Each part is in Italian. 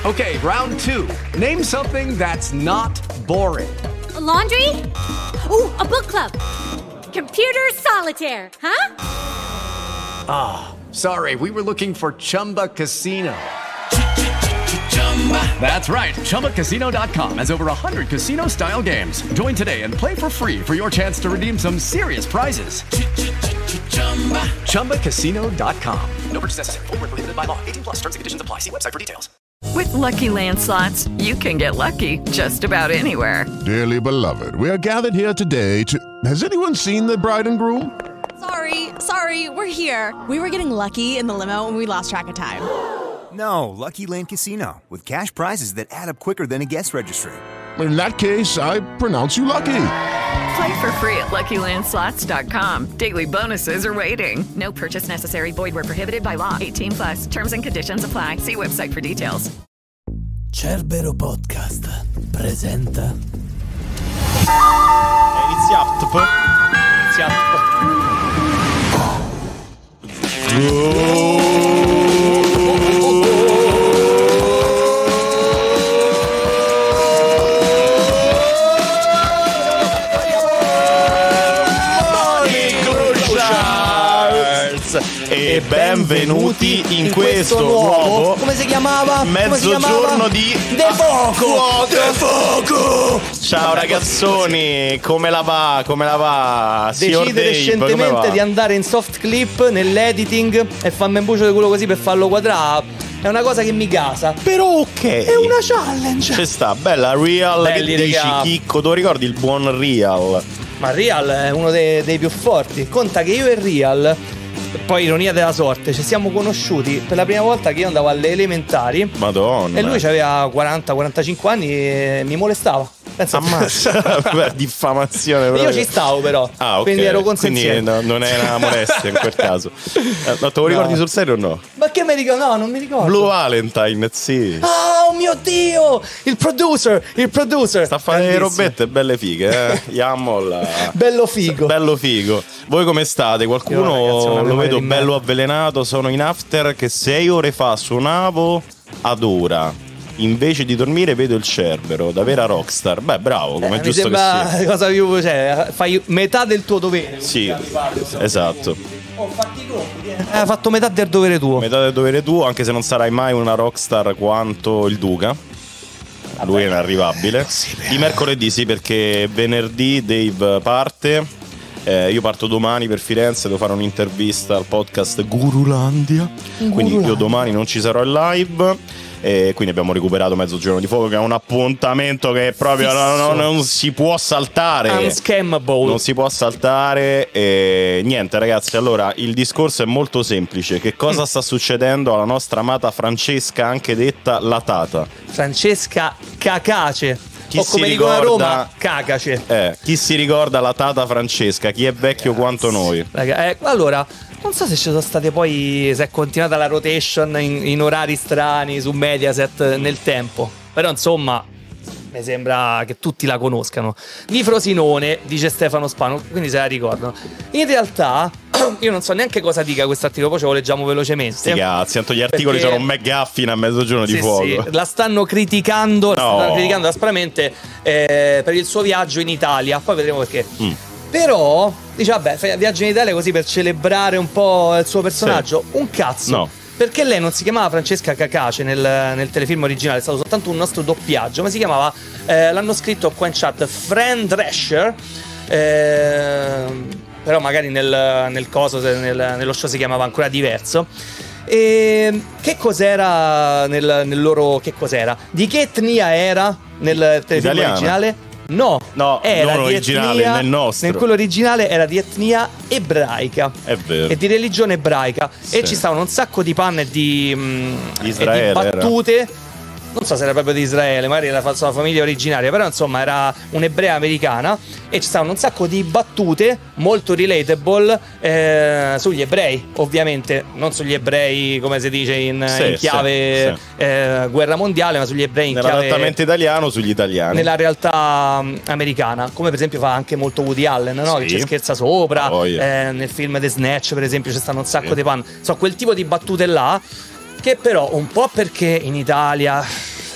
Okay, round 2. Name something that's not boring. A laundry? Ooh, a book club. Computer solitaire, huh? Ah, sorry, we were looking for Chumba Casino. That's right, ChumbaCasino.com has over 100 casino-style games. Join today and play for free for your chance to redeem some serious prizes. ChumbaCasino.com. No purchase necessary. Void where prohibited by law. 18+ terms and conditions apply. See website for details. With Lucky Land Slots, you can get lucky just about anywhere. Dearly beloved, we are gathered here today to... Has anyone seen the bride and groom? Sorry, we're here. We were getting lucky in the limo and we lost track of time. No, Lucky Land Casino, with cash prizes that add up quicker than a guest registry. In that case, I pronounce you lucky. Play for free at LuckyLandSlots.com. Daily bonuses are waiting. No purchase necessary. Void where prohibited by law. 18+. Terms and conditions apply. See website for details. Cerbero Podcast presenta. Iniziato. E benvenuti in questo nuovo, come si chiamava? Mezzogiorno di De Fuoco. Ciao ragazzoni, come la va? Decidere scientemente di andare in soft clip nell'editing e farmi un bucio di culo così per farlo quadrare è una cosa che mi gasa. Però ok, è una challenge. Ci sta, bella Real. Belli, che dici, raga. Chicco? Tu ricordi il buon Real? Ma Real è uno dei più forti. Conta che io e Real, poi ironia della sorte, ci siamo conosciuti per la prima volta che io andavo alle elementari. Madonna. E lui aveva 40-45 anni e mi molestava. Ammazza. Beh, diffamazione proprio. Io ci stavo però. Ah, ok. Quindi ero consenziente. Quindi non è una molestia in quel caso. No, te lo ricordi sul serio o no? Ma che mi ricordo? No, non mi ricordo. Blue Valentine, sì. Oh mio Dio! Il producer. Sta a fare le robette belle fighe, Yammol. Bello figo. Voi come state? Qualcuno ragazzi, lo vedo bello avvelenato. Sono in after che 6 ore fa suonavo ad ora. Invece di dormire vedo il Cerbero, da vera rockstar. Beh, bravo, come è giusto che sia. Cosa più, cioè, fai metà del tuo dovere. Sì, esatto. Fatti i conti. Hai fatto metà del dovere tuo. Metà del dovere tuo, anche se non sarai mai una rockstar quanto il Duca. Lui è inarrivabile. Di mercoledì sì, perché venerdì Dave parte. Io parto domani per Firenze, devo fare un'intervista al podcast Gurulandia. Quindi io domani non ci sarò in live. E quindi abbiamo recuperato Mezzogiorno di Fuoco, che è un appuntamento che proprio non si può saltare. Unscammable. Non si può saltare. E niente ragazzi, allora il discorso è molto semplice. Che cosa sta succedendo alla nostra amata Francesca, anche detta la Tata? Francesca Cacace. Chi o come si dicono a ricorda, Roma, Cacace. Chi si ricorda la Tata Francesca? Chi è vecchio quanto noi? Allora, non so se ci sono state poi, se è continuata la rotation in orari strani su Mediaset nel tempo. Però insomma, mi sembra che tutti la conoscano. Di Frosinone, dice Stefano Spano, quindi se la ricordano. In realtà io non so neanche cosa dica questo articolo, poi ce lo leggiamo velocemente. Sti cazzi, tanto gli articoli sono un McGuffin a Mezzogiorno di Fuoco. Sì, la stanno criticando, aspramente per il suo viaggio in Italia. Poi vedremo perché. Però dice vabbè, viaggio in Italia così per celebrare un po' il suo personaggio. Sì. Un cazzo. No. Perché lei non si chiamava Francesca Cacace nel telefilm originale, è stato soltanto un nostro doppiaggio, ma si chiamava, l'hanno scritto qua in chat, Fran Drescher, però magari nel nello show si chiamava ancora diverso. E che cos'era nel loro, che cos'era? Di che etnia era nel telefilm originale? No, era non di originale, etnia, nel nostro. in quello originale era di etnia ebraica. È vero. E di religione ebraica. Sì. E ci stavano un sacco di panne e di battute. Non so se era proprio di Israele, magari era la sua famiglia originaria, però insomma era un'ebrea americana. E ci stavano un sacco di battute molto relatable sugli ebrei, ovviamente non sugli ebrei come si dice in chiave guerra mondiale, ma sugli ebrei in nell'adattamento italiano sugli italiani, nella realtà americana, come per esempio fa anche molto Woody Allen, no? Che ci scherza sopra. Nel film The Snatch per esempio ci stanno un sacco di pan, quel tipo di battute là, che però un po' perché in Italia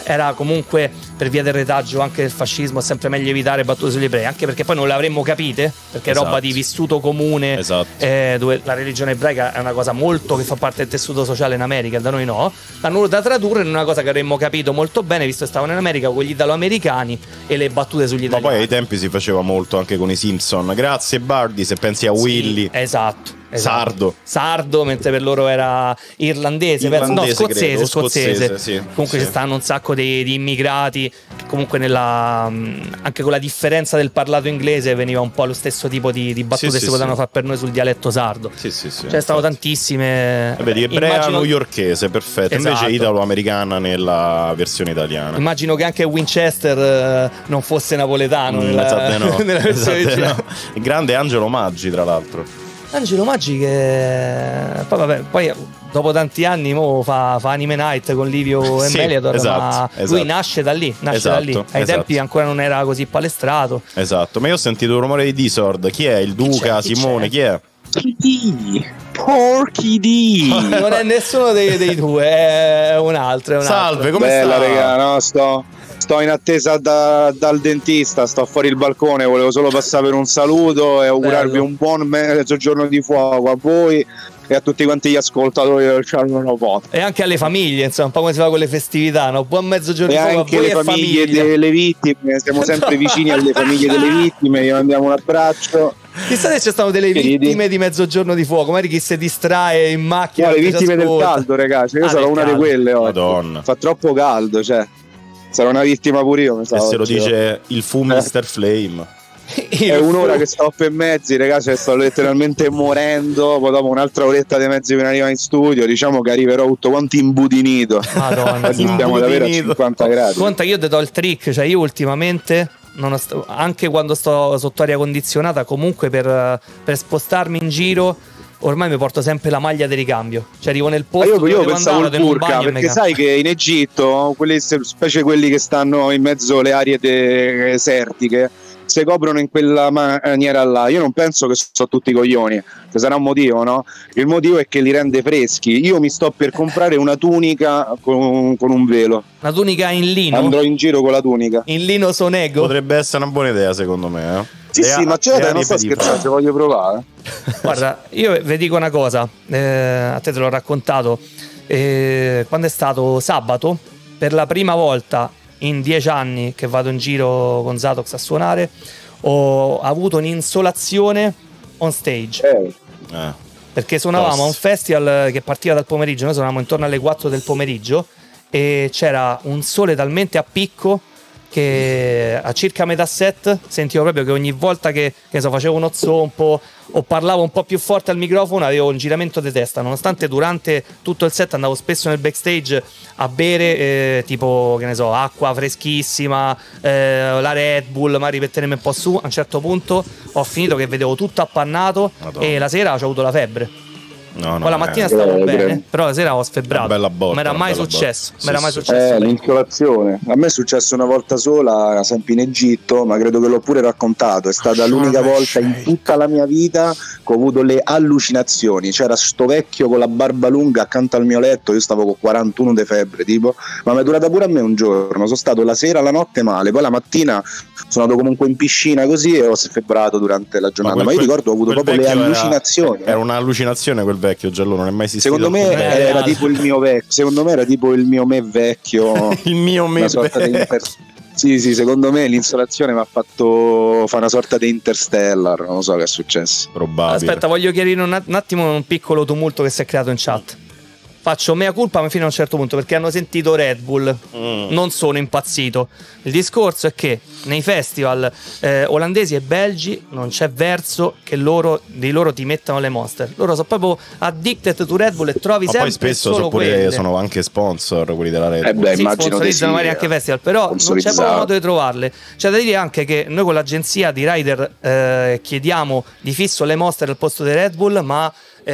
era comunque per via del retaggio anche del fascismo, è sempre meglio evitare battute sugli ebrei, anche perché poi non le avremmo capite, perché è roba di vissuto comune, dove la religione ebraica è una cosa molto che fa parte del tessuto sociale in America, da noi no. L'hanno voluta tradurre in una cosa che avremmo capito molto bene, visto che stavano in America con gli italoamericani e le battute sugli italiani. Ma poi ai tempi si faceva molto anche con i Simpson. Grazie Bardi, se pensi a Willy. Esatto. Sardo, mentre per loro era irlandese, no, scozzese. Sì, comunque ci stanno un sacco di immigrati che comunque anche con la differenza del parlato inglese veniva un po' lo stesso tipo di battute che si potevano fare per noi sul dialetto sardo. Cioè stavano tantissime. Vedi, ebrea newyorkese, perfetto. Invece italo-americana nella versione italiana. Immagino che anche Winchester non fosse napoletano nella versione originale. Il grande Angelo Maggi, tra l'altro. Angelo Maggi che poi dopo tanti anni fa Anime Night con Livio e Meliador, ma lui nasce da lì, ai tempi ancora non era così palestrato. Esatto, ma io ho sentito un rumore di Disord. Chi è? Il Duca? Simone? Chi è? Porky D. Non è nessuno dei due, è un altro. Salve, come stai? Bella raga, no, sto in attesa dal dentista, sto fuori il balcone, volevo solo passare per un saluto e augurarvi un buon mezzogiorno di fuoco a voi e a tutti quanti gli ascoltatori del Charlotte Pot. E anche alle famiglie, insomma, un po' come si fa con le festività, no? Buon mezzogiorno di fuoco a voi e famiglie delle vittime, siamo sempre vicini alle famiglie delle vittime, gli mandiamo un abbraccio. Chissà se ci stanno delle vittime di mezzogiorno di fuoco, magari chi si distrae in macchina. No, le vittime del caldo, ragazzi, io sarò una di quelle oggi. Madonna. Fa troppo caldo, cioè sarò una vittima pure io, mi sa. E se lo dice il fu Mr. Flame. È un'ora che sto per mezzi, ragazzi, sto letteralmente morendo. Poi dopo un'altra oretta di mezzi per arrivare in studio, diciamo che arriverò tutto quanto imbudinito. Madonna, siamo davvero a 50 gradi. Conta che io ti do il trick, cioè io ultimamente anche quando sto sotto aria condizionata, comunque per spostarmi in giro ormai mi porto sempre la maglia di ricambio, cioè arrivo nel posto io pensavo il burka, perché sai che in Egitto specie quelli che stanno in mezzo alle aree desertiche si coprono in quella maniera là. Io non penso che sono tutti coglioni, ci sarà un motivo, no? Il motivo è che li rende freschi. Io mi sto per comprare una tunica con un velo. Una tunica in lino? Andrò in giro con la tunica in lino sonego. Potrebbe essere una buona idea, secondo me, Sì, ma non sto scherzando, voglio provare. Guarda, io vi dico una cosa, a te l'ho raccontato, quando è stato sabato, per la prima volta in 10 anni che vado in giro con Zatox a suonare, ho avuto un'insolazione on stage. Perché suonavamo a un festival che partiva dal pomeriggio, noi suonavamo intorno alle 4 del pomeriggio e c'era un sole talmente a picco che a circa metà set sentivo proprio che ogni volta che facevo uno zompo o parlavo un po' più forte al microfono avevo un giramento di testa, nonostante durante tutto il set andavo spesso nel backstage a bere tipo, che ne so, acqua freschissima, la Red Bull, magari per tenermi un po' su. A un certo punto ho finito che vedevo tutto appannato. Madonna. E la sera ho avuto la febbre. Poi la mattina stavo bene, però la sera ho sfebbrato. Non mi era mai successo. L'insolazione. A me è successo una volta sola, sempre in Egitto, ma credo che l'ho pure raccontato. È stata l'unica volta in tutta la mia vita che ho avuto le allucinazioni. C'era sto vecchio con la barba lunga accanto al mio letto. Io stavo con 41 di febbre, tipo, ma mi è durata pure a me un giorno. Sono stato la sera, la notte male, poi la mattina sono andato comunque in piscina così e ho sfebbrato durante la giornata. Ma io ricordo ho avuto proprio le allucinazioni. Era un'allucinazione quel vecchio giallo, non è mai esistito. Secondo me era tipo il mio vecchio. Secondo me era tipo il mio me vecchio. Il mio me vecchio. Sì, secondo me l'insolazione mi ha fatto fa una sorta di Interstellar. Non lo so che è successo. Probabile. Aspetta, voglio chiarire un attimo un piccolo tumulto che si è creato in chat. Faccio mea culpa ma fino a un certo punto, perché hanno sentito Red Bull. Non sono impazzito. Il discorso è che nei festival olandesi e belgi non c'è verso che di loro ti mettano le Monster. Loro sono proprio addicted to Red Bull e trovi sempre poi spesso solo sono anche sponsor quelli della Red Bull. Immagino sponsorizzano magari anche festival, però non c'è proprio modo di trovarle. C'è da dire anche che noi con l'agenzia di rider chiediamo di fisso le Monster al posto dei Red Bull, ma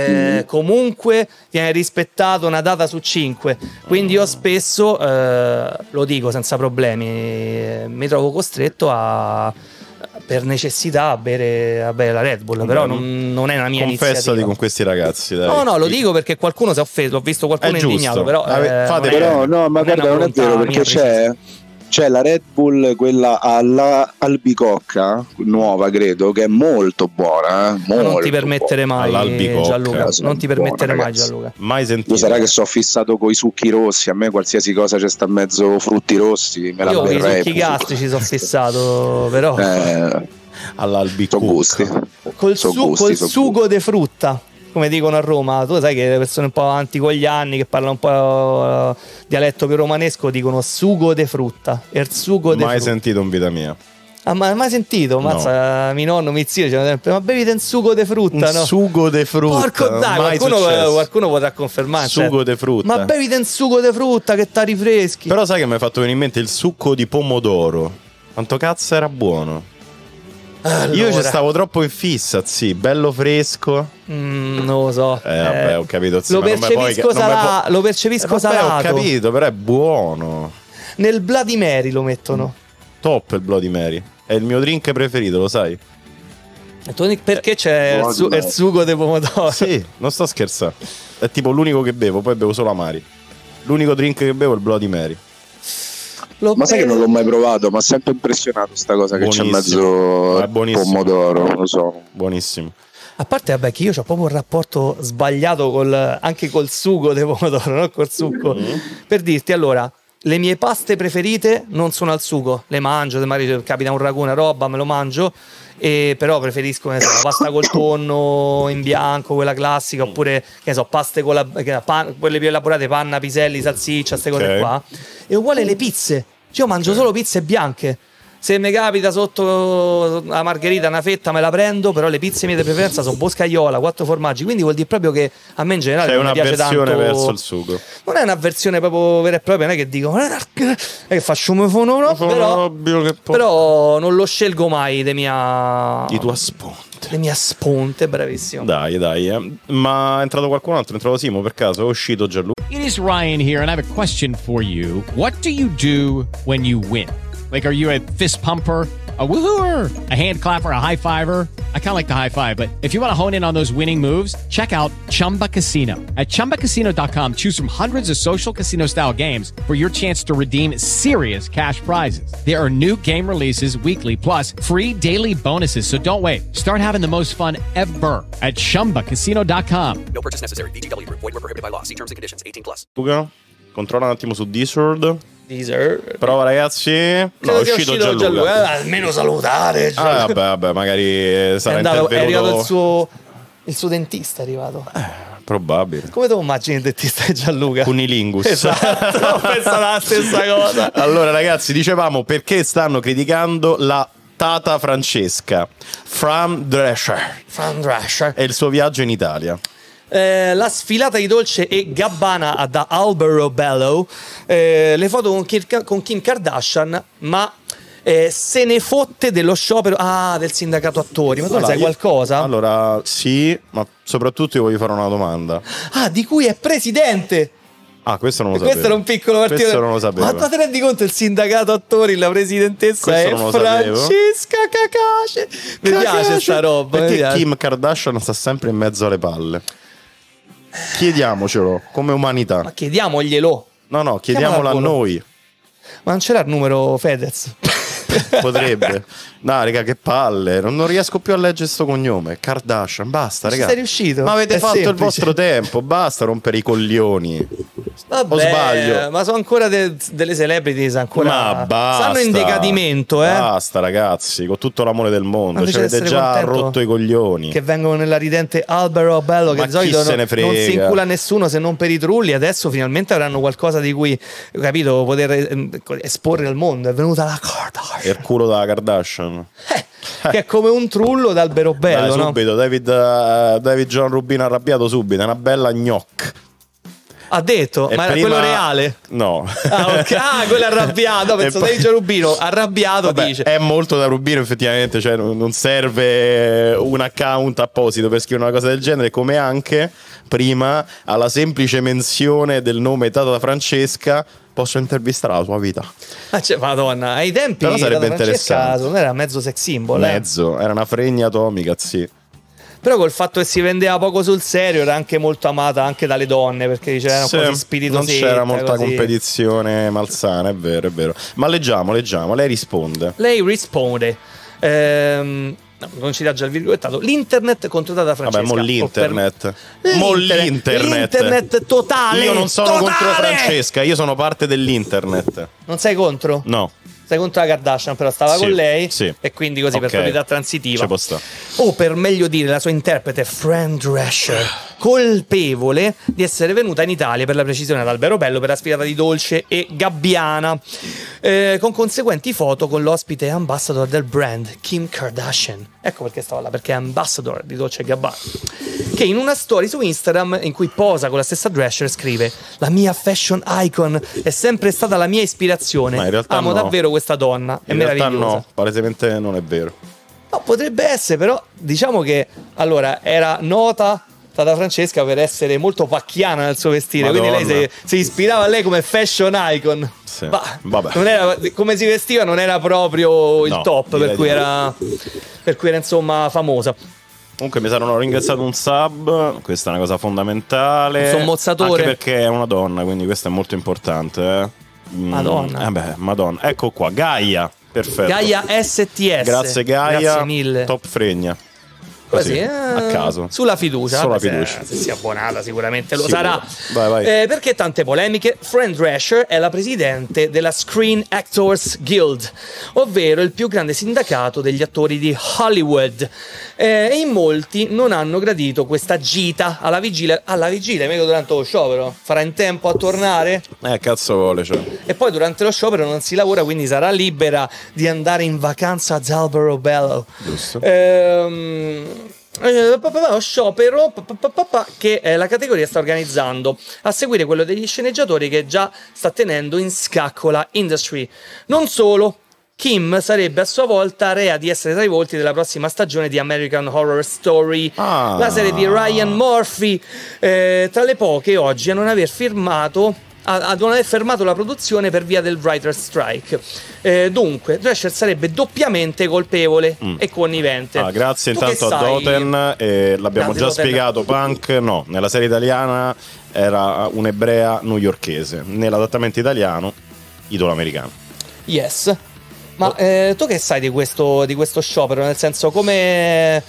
comunque viene rispettato una data su 5, quindi io spesso lo dico senza problemi, mi trovo costretto a per necessità a bere la Red Bull, però non è una mia Confessati iniziativa. con questi ragazzi, dai. No, lo dico perché qualcuno si è offeso, ho visto qualcuno È giusto. indignato, però Fate Però no, ma guarda, non è vero, perché c'è la Red Bull, quella alla albicocca nuova, credo, che è molto buona, non ti permettere mai, All'albicocca. Gianluca, non ti permettere mai, ragazzi. Gianluca. Mai sentito. Io sarà che sono fissato coi succhi rossi, a me qualsiasi cosa c'è sta in mezzo frutti rossi, me la Io con i berrei. succhi gastrici sono fissato, però all'albicocca. Sono gusti. col Sono sugo de frutta, come dicono a Roma. Tu sai che le persone un po' avanti con gli anni, che parlano un po' dialetto più romanesco, dicono sugo de frutta. Il sugo de Mai frutta. sentito in vita mia. Ah, ma mai sentito? Mazza, mio nonno, mio zio dicevano sempre: ma bevite un sugo de frutta, no? Sugo de frutta. Porco dai, mai qualcuno potrà confermare. Sugo de frutta. Ma bevite un sugo de frutta che ti rifreschi. Però sai che mi hai fatto venire in mente il succo di pomodoro. Quanto cazzo era buono. Allora. Io ci stavo troppo in fissa, sì, bello fresco. Non lo so. Vabbè, ho capito. Sì, Lo ma non me percepisco, puoi- non me puoi- lo percepisco Vabbè, salato. ho capito, però è buono. Nel Bloody Mary lo mettono. Top il Bloody Mary. È il mio drink preferito, lo sai? Perché c'è il sugo di pomodoro? Sì, non sto scherzando. È tipo l'unico che bevo, poi bevo solo amari. L'unico drink che bevo è il Bloody Mary. Ma sai che non l'ho mai provato, ma ha sempre impressionato sta cosa che c'è in mezzo È buonissimo. pomodoro, non lo so. Buonissimo. A parte, vabbè, che io ho proprio un rapporto sbagliato anche col sugo di pomodoro, non col succo. Per dirti, allora, le mie paste preferite non sono al sugo, le mangio, se magari capita un ragù, una roba, me lo mangio. Però preferisco, che ne so, la pasta col tonno in bianco, quella classica, oppure, che ne so, paste con quelle più elaborate, panna, piselli, salsiccia, queste cose qua. E uguale le pizze. Io mangio solo pizze bianche. Se mi capita sotto la margherita una fetta me la prendo, però le pizze mie di preferenza sono boscaiola, 4 formaggi, quindi vuol dire proprio che a me in generale non mi piace tanto. C'è un'avversione verso il sugo. Non è un'avversione proprio vera e propria, non è che dico che faccio però non lo scelgo mai le tue spunte. Le mie spunte, bravissimo. Dai. Ma è entrato qualcun altro? È entrato Simo per caso? È uscito Gianluca? It is Ryan here, and I have a question for you. What do you do when you win? Like, are you a fist pumper, a woohooer, a hand clapper, a high fiver? I kind of like the high five, but if you want to hone in on those winning moves, check out Chumba Casino. At ChumbaCasino.com, choose from hundreds of social casino-style games for your chance to redeem serious cash prizes. There are new game releases weekly, plus free daily bonuses, so don't wait. Start having the most fun ever at ChumbaCasino.com. No purchase necessary. VGW Group. Void where prohibited by law. See terms and conditions. 18+. Luca, controlla un attimo su Discord. Deezer. Prova, ragazzi. No, è uscito Gianluca. Almeno salutare. Vabbè, magari sarà è arrivato intervenuto. il suo dentista è arrivato. Probabile. Come te lo immagini il dentista di Gianluca? Cunilingus. Esatto, penso la stessa cosa. Allora, ragazzi, dicevamo perché stanno criticando la Tata Francesca, Fran Drescher, e il suo viaggio in Italia. La sfilata di Dolce e Gabbana da Alberobello, le foto con Kim Kardashian, ma se ne fotte dello sciopero del sindacato attori. Ma tu sai qualcosa? Allora, sì, ma soprattutto io voglio fare una domanda. Di cui è presidente. Questo non lo sapevo. Questo era un piccolo partito. Questo non lo sapevo. Ma tu ti rendi conto, il sindacato attori, la presidentessa Questo è non lo sapevo. Francesca Cacace. Mi piace sta roba. Perché Kim Kardashian sta sempre in mezzo alle palle? Chiediamocelo come umanità. Ma chiediamoglielo. No, chiediamolo a noi. Ma non c'era il numero Fedez? Potrebbe. No, raga, che palle. Non riesco più a leggere sto cognome. Kardashian, basta, raga. Sei riuscito? Ma avete fatto semplice. il vostro tempo. Basta rompere i coglioni. Vabbè, o sbaglio? Ma sono ancora delle celebrities ancora. Ma basta. Stanno in decadimento, Basta, ragazzi, con tutto l'amore del mondo. Ci avete già rotto i coglioni. Che vengono nella ridente Alberobello, che Ma di solito se ne frega? non si incula nessuno se non per i trulli. Adesso finalmente avranno qualcosa di cui, capito, poter esporre al mondo. È venuta la Kardashian. Il culo della Kardashian. Che è come un trullo d'Alberobello. Dai, no? subito, David John Rubino arrabbiato subito. È una bella gnocca. Ha detto, ma era quello reale? No. Quello arrabbiato, penso dai Rubino, arrabbiato. Vabbè, dice. è molto da Rubino effettivamente, cioè non serve un account apposito per scrivere una cosa del genere, come anche prima alla semplice menzione del nome dato da Francesca posso intervistare la sua vita. Madonna, ai tempi però sarebbe interessante. Non era mezzo sex symbol. Mezzo, era una fregna atomica, sì. Però col fatto che si vendeva poco sul serio era anche molto amata anche dalle donne, perché diceva sì, quasi spirito non setta, c'era molta così. competizione malsana, è vero. Ma leggiamo, lei risponde. No, non ci dà già il virgolettato. L'internet controllata da Francesca. Vabbè, l'internet totale. Io non sono contro Francesca, io sono parte dell'internet. Non sei contro? No. Sei contro la Kardashian, però stava con lei, e quindi così per proprietà transitiva. Ci può stare. O per meglio dire, la sua interprete Fran Drescher, colpevole di essere venuta in Italia, per la precisione ad Alberobello, per la sfilata di Dolce e Gabbana, con conseguenti foto con l'ospite ambassador del brand, Kim Kardashian. Ecco perché stava là, perché è ambassador di Dolce e Gabbana, che in una story su Instagram in cui posa con la stessa Drescher scrive: la mia fashion icon è sempre stata la mia ispirazione. Ma in realtà amo davvero questa donna, è meravigliosa. In realtà no, palesemente non è vero. No, potrebbe essere, però diciamo che allora era nota da Francesca per essere molto pacchiana nel suo vestire. Madonna. Quindi lei si ispirava a lei come fashion icon. Sì. Vabbè. Non era, come si vestiva non era proprio il top, per cui era insomma famosa. Comunque mi saranno ringraziato un sub, questa è una cosa fondamentale. Un sommozzatore. Anche perché è una donna, quindi questo è molto importante. Madonna. Madonna. Ecco qua, Gaia. Perfetto. Gaia STS. Grazie Gaia. Grazie mille. Top fregna. Così, a caso. Sulla fiducia. Sulla fiducia. Se si è abbonata sicuramente lo Sicuro. sarà. Vai. Perché tante polemiche? Fran Drescher è la presidente della Screen Actors Guild, ovvero il più grande sindacato degli attori di Hollywood. E in molti non hanno gradito questa gita alla vigilia, meglio durante lo sciopero. Farà in tempo a tornare? Cazzo vuole, cioè. E poi durante lo sciopero non si lavora, quindi sarà libera di andare in vacanza ad Alberobello. Giusto. Sciopero che la categoria sta organizzando a seguire quello degli sceneggiatori che già sta tenendo in scacco la industry. Non solo, Kim sarebbe a sua volta rea di essere tra i volti della prossima stagione di American Horror Story, la serie di Ryan Murphy, tra le poche oggi a non aver fermato la produzione per via del writer's strike. Dunque Drescher sarebbe doppiamente colpevole e connivente. Grazie intanto a Doten, l'abbiamo già spiegato. Punk no, nella serie italiana era un'ebrea newyorkese, nell'adattamento italiano idolo americano. Yes. Ma tu che sai di questo sciopero? Nel senso, come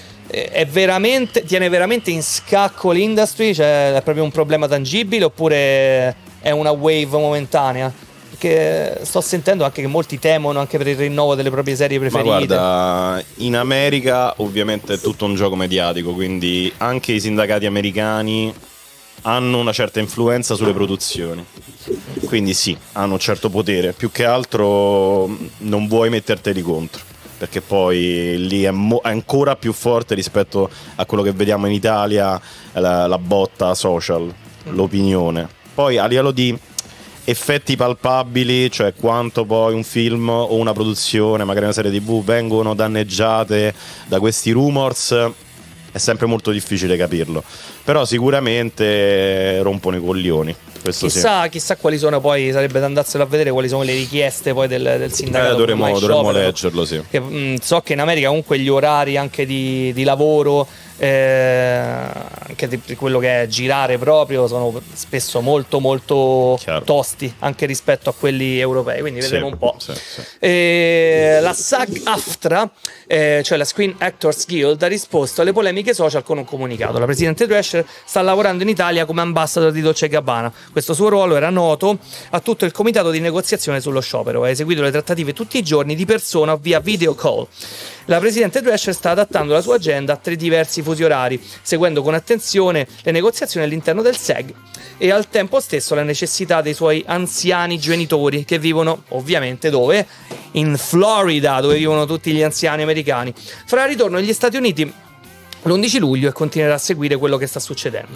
tiene veramente in scacco l'industry? Cioè è proprio un problema tangibile oppure è una wave momentanea? Perché sto sentendo anche che molti temono anche per il rinnovo delle proprie serie preferite. Ma guarda, in America ovviamente è tutto un gioco mediatico, quindi anche i sindacati americani hanno una certa influenza sulle produzioni, quindi sì, hanno un certo potere. Più che altro non vuoi metterteli contro, perché poi lì è ancora più forte rispetto a quello che vediamo in Italia, la botta social, l'opinione. Poi a livello di effetti palpabili, cioè quanto poi un film o una produzione, magari una serie TV, vengono danneggiate da questi rumors, è sempre molto difficile capirlo. Però sicuramente rompono i coglioni. Chissà quali sono poi, sarebbe da andarselo a vedere quali sono le richieste poi del sindacato. Dovremmo leggerlo, sì. Che, so che in America comunque gli orari anche di lavoro, anche di quello che è girare proprio, sono spesso molto molto tosti anche rispetto a quelli europei, quindi vedremo un po'. La SAG-AFTRA, cioè la Screen Actors Guild, ha risposto alle polemiche social con un comunicato. La presidente Drescher sta lavorando in Italia come ambassador di Dolce & Gabbana. Questo suo ruolo era noto a tutto il comitato di negoziazione sullo sciopero. Ha eseguito le trattative tutti i giorni di persona o via video call. La presidente Drescher sta adattando la sua agenda a 3 diversi fusi orari, seguendo con attenzione le negoziazioni all'interno del SEG e al tempo stesso la necessità dei suoi anziani genitori, che vivono ovviamente dove? In Florida, dove vivono tutti gli anziani americani. Farà ritorno negli Stati Uniti l'11 luglio e continuerà a seguire quello che sta succedendo.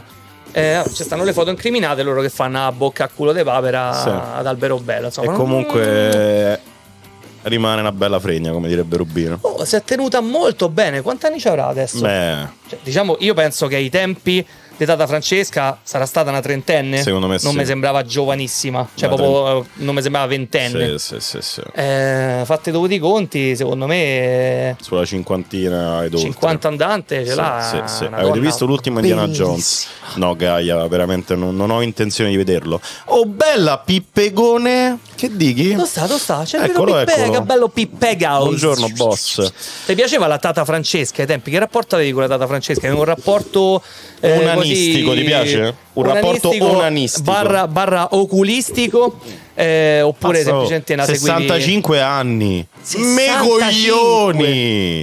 Ci stanno le foto incriminate, loro che fanno a bocca a culo de papera ad Alberobello, insomma. E comunque rimane una bella fregna, come direbbe Rubino. Si è tenuta molto bene. Quanti anni ci avrà adesso? Cioè, diciamo, io penso che ai tempi di Tata Francesca sarà stata una trentenne. Secondo me non mi sembrava giovanissima, cioè proprio non mi sembrava ventenne. Sì. Fatte dovuti i conti, secondo me sulla cinquantina ed 50 andante ce l'ha. Sì. Avete visto l'ultimo Indiana Jones? No, Gaia, veramente non ho intenzione di vederlo. Oh, bella Pippegone. Che dighi? Dove sta? C'è Pippega, bello Pippegaus. Buongiorno boss. Ti piaceva la Tata Francesca ai tempi? Che rapporto avevi con la Tata Francesca? Avevi un rapporto onanistico, ti piace? Un rapporto onanistico barra oculistico, oppure semplicemente una 65 anni. Me coglioni.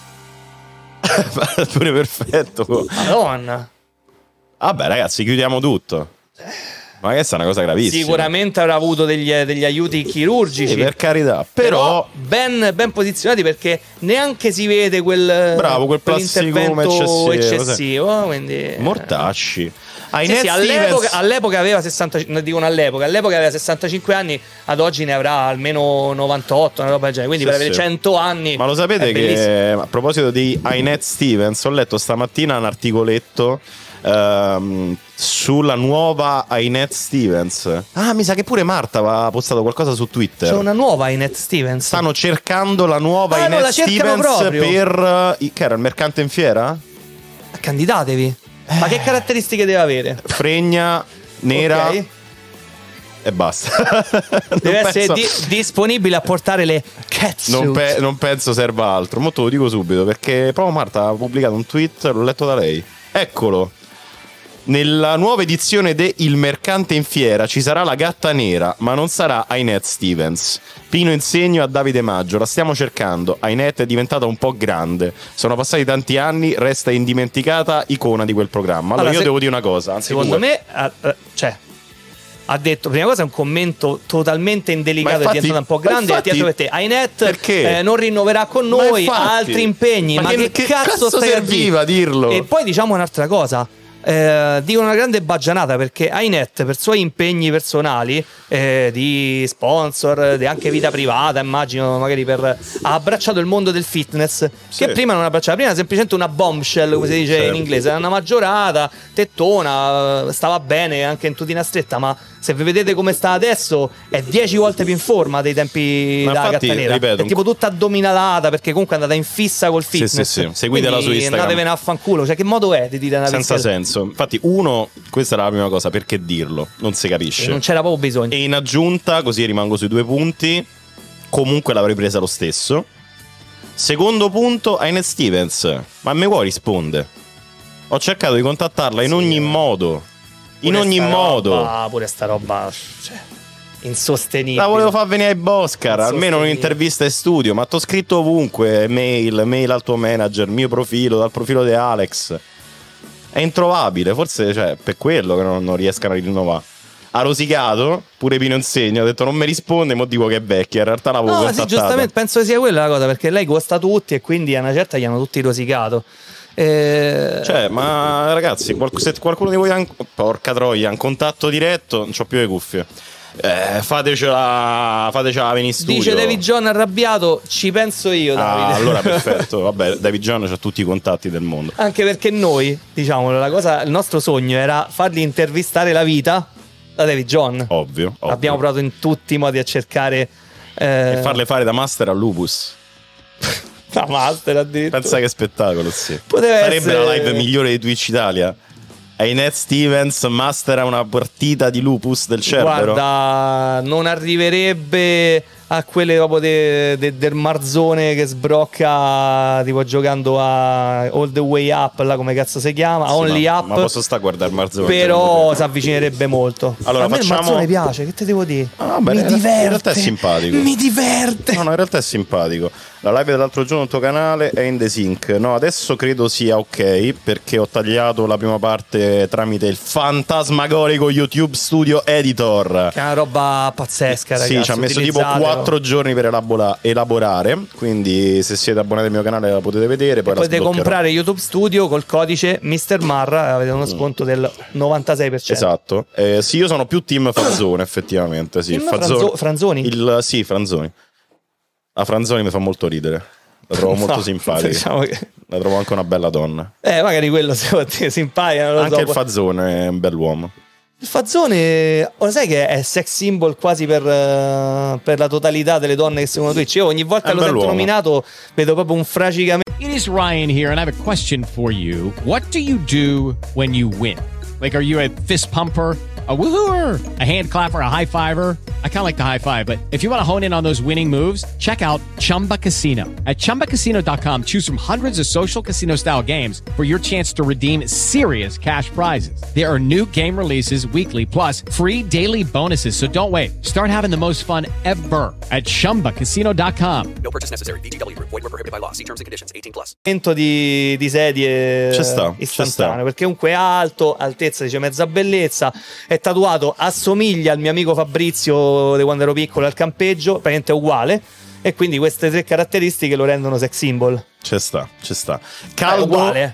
Pure perfetto. Madonna. Vabbè ragazzi, chiudiamo tutto. Ma questa è una cosa gravissima. Sicuramente avrà avuto degli aiuti chirurgici, per carità, però ben posizionati, perché neanche si vede quel plasticome eccessivo, quindi mortacci. All'epoca aveva 65 anni, ad oggi ne avrà almeno 98, una roba del genere, quindi per avere 100 anni. Ma lo sapete che a proposito di Inette Stevens, ho letto stamattina un articoletto sulla nuova Inette Stevens. Mi sa che pure Marta aveva postato qualcosa su Twitter. C'è una nuova Inette Stevens. Stanno cercando la nuova Inette Stevens per che era il mercante in fiera? Candidatevi. Ma che caratteristiche deve avere? Fregna, nera, e basta. Deve essere disponibile a portare le catsuit. Non penso serva altro. Mo te lo dico subito, perché proprio Marta ha pubblicato un tweet, l'ho letto da lei. Eccolo. Nella nuova edizione de Il Mercante in Fiera ci sarà la gatta nera, ma non sarà Inette Stevens. Pino insegno a Davide Maggio, la stiamo cercando. Inette è diventata un po' grande. Sono passati tanti anni, resta indimenticata icona di quel programma. Allora io devo dire una cosa, anzi secondo me ha detto, prima cosa, è un commento totalmente indelicato, è diventato un po' grande. Ha detto per te, Inette non rinnoverà con noi, ha altri impegni. Ma che cazzo serviva a dirlo? E poi diciamo un'altra cosa. Dico una grande baggianata, perché Inette, per suoi impegni personali, di sponsor, di anche vita privata, immagino, magari ha abbracciato il mondo del fitness, che prima non abbracciava. Prima era semplicemente una bombshell, come si dice in inglese, era una maggiorata, tettona, stava bene anche in tutina stretta, ma se vi vedete come sta adesso è 10 volte più in forma dei tempi della gatta nera. Ripeto, è tipo tutta addominalata, perché comunque è andata in fissa col fitness. Sì. Seguitela su Instagram. Andatevene a fanculo. Cioè, che modo è di dire una senza senso? Infatti, questa era la prima cosa, perché dirlo? Non si capisce. Non c'era proprio bisogno. E in aggiunta, così rimango sui 2 punti, comunque l'avrei presa lo stesso. Secondo punto, Inette Stevens. Ma me vuoi risponde? Ho cercato di contattarla in ogni modo. Pure sta roba, insostenibile. La volevo far venire ai Boscar, almeno un'intervista in studio. Ma t'ho scritto ovunque, mail al tuo manager, mio profilo, dal profilo di Alex. È introvabile, forse per quello che non riescano a rinnovare. Ha rosicato, pure Pino insegno, ha detto non mi risponde, mo dico che è vecchia. In realtà l'avevo contattata. Sì, giustamente, penso sia quella la cosa, perché lei costa tutti e quindi a una certa gli hanno tutti rosicato. Ma ragazzi, se qualcuno di voi ha porca troia, un contatto diretto, non c'ho più le cuffie. Fatecela venire in studio. Dice David John arrabbiato, ci penso io, Davide. Allora perfetto. Vabbè, David John c'ha tutti i contatti del mondo. Anche perché noi, diciamo, il nostro sogno era fargli intervistare la vita da David John. Ovvio. Abbiamo provato in tutti i modi a cercare e farle fare da master a Lupus. Da master addirittura. Pensa che spettacolo, sì. Sarebbe la live migliore di Twitch Italia. Inette Stevens mastera una partita di Lupus del Cerbero. Guarda, non arriverebbe a quelle proprio del Marzone che sbrocca tipo giocando a All the Way Up, là come cazzo si chiama, Only Up. Ma posso stare a guardare il Marzone? Però si avvicinerebbe molto. Allora, a me il Marzone piace, che te devo dire? Mi diverte. In realtà è simpatico. Mi diverte. No, in realtà è simpatico. La live dell'altro giorno sul tuo canale è in desync. No, adesso credo sia ok, perché ho tagliato la prima parte tramite il fantasmagorico YouTube Studio Editor. Che è una roba pazzesca, ragazzi. Sì, ci ha messo tipo 4 4 giorni per elaborare, quindi se siete abbonati al mio canale la potete vedere. Poi potete comprare YouTube Studio col codice Mr. Marra, avete uno sconto del 96%. Esatto. Sì, io sono più team Fazzone, effettivamente. Sì. Franzoni? Sì, Franzoni. A Franzoni mi fa molto ridere. La trovo molto simpatica. Diciamo che... La trovo anche una bella donna. Magari quello se vuol dire simpatica. Non lo anche so. il Fazzone è un bell'uomo. Il Fazzone, lo sai che è sex symbol quasi per la totalità delle donne che seguono Twitch. Io ogni volta che lo sento nominato vedo proprio un fragicamento. It is Ryan here, and I have a question for you. What do you do when you win? Like, are you a fist pumper, a woohooer, a hand clapper, a high fiver? I kind of like the high five, but if you want to hone in on those winning moves, check out Chumba Casino. At ChumbaCasino.com, choose from hundreds of social casino style games for your chance to redeem serious cash prizes. There are new game releases weekly, plus free daily bonuses. So don't wait. Start having the most fun ever at ChumbaCasino.com. No purchase necessary. VGW. Void where prohibited by law. See terms and conditions. 18+. Di sedie istantaneo, perché comunque è alto, altezza dice mezza bellezza, è tatuato, assomiglia al mio amico Fabrizio di quando ero piccolo al campeggio, praticamente è uguale, e quindi queste 3 caratteristiche lo rendono sex symbol. Ci sta. Caldo, uguale.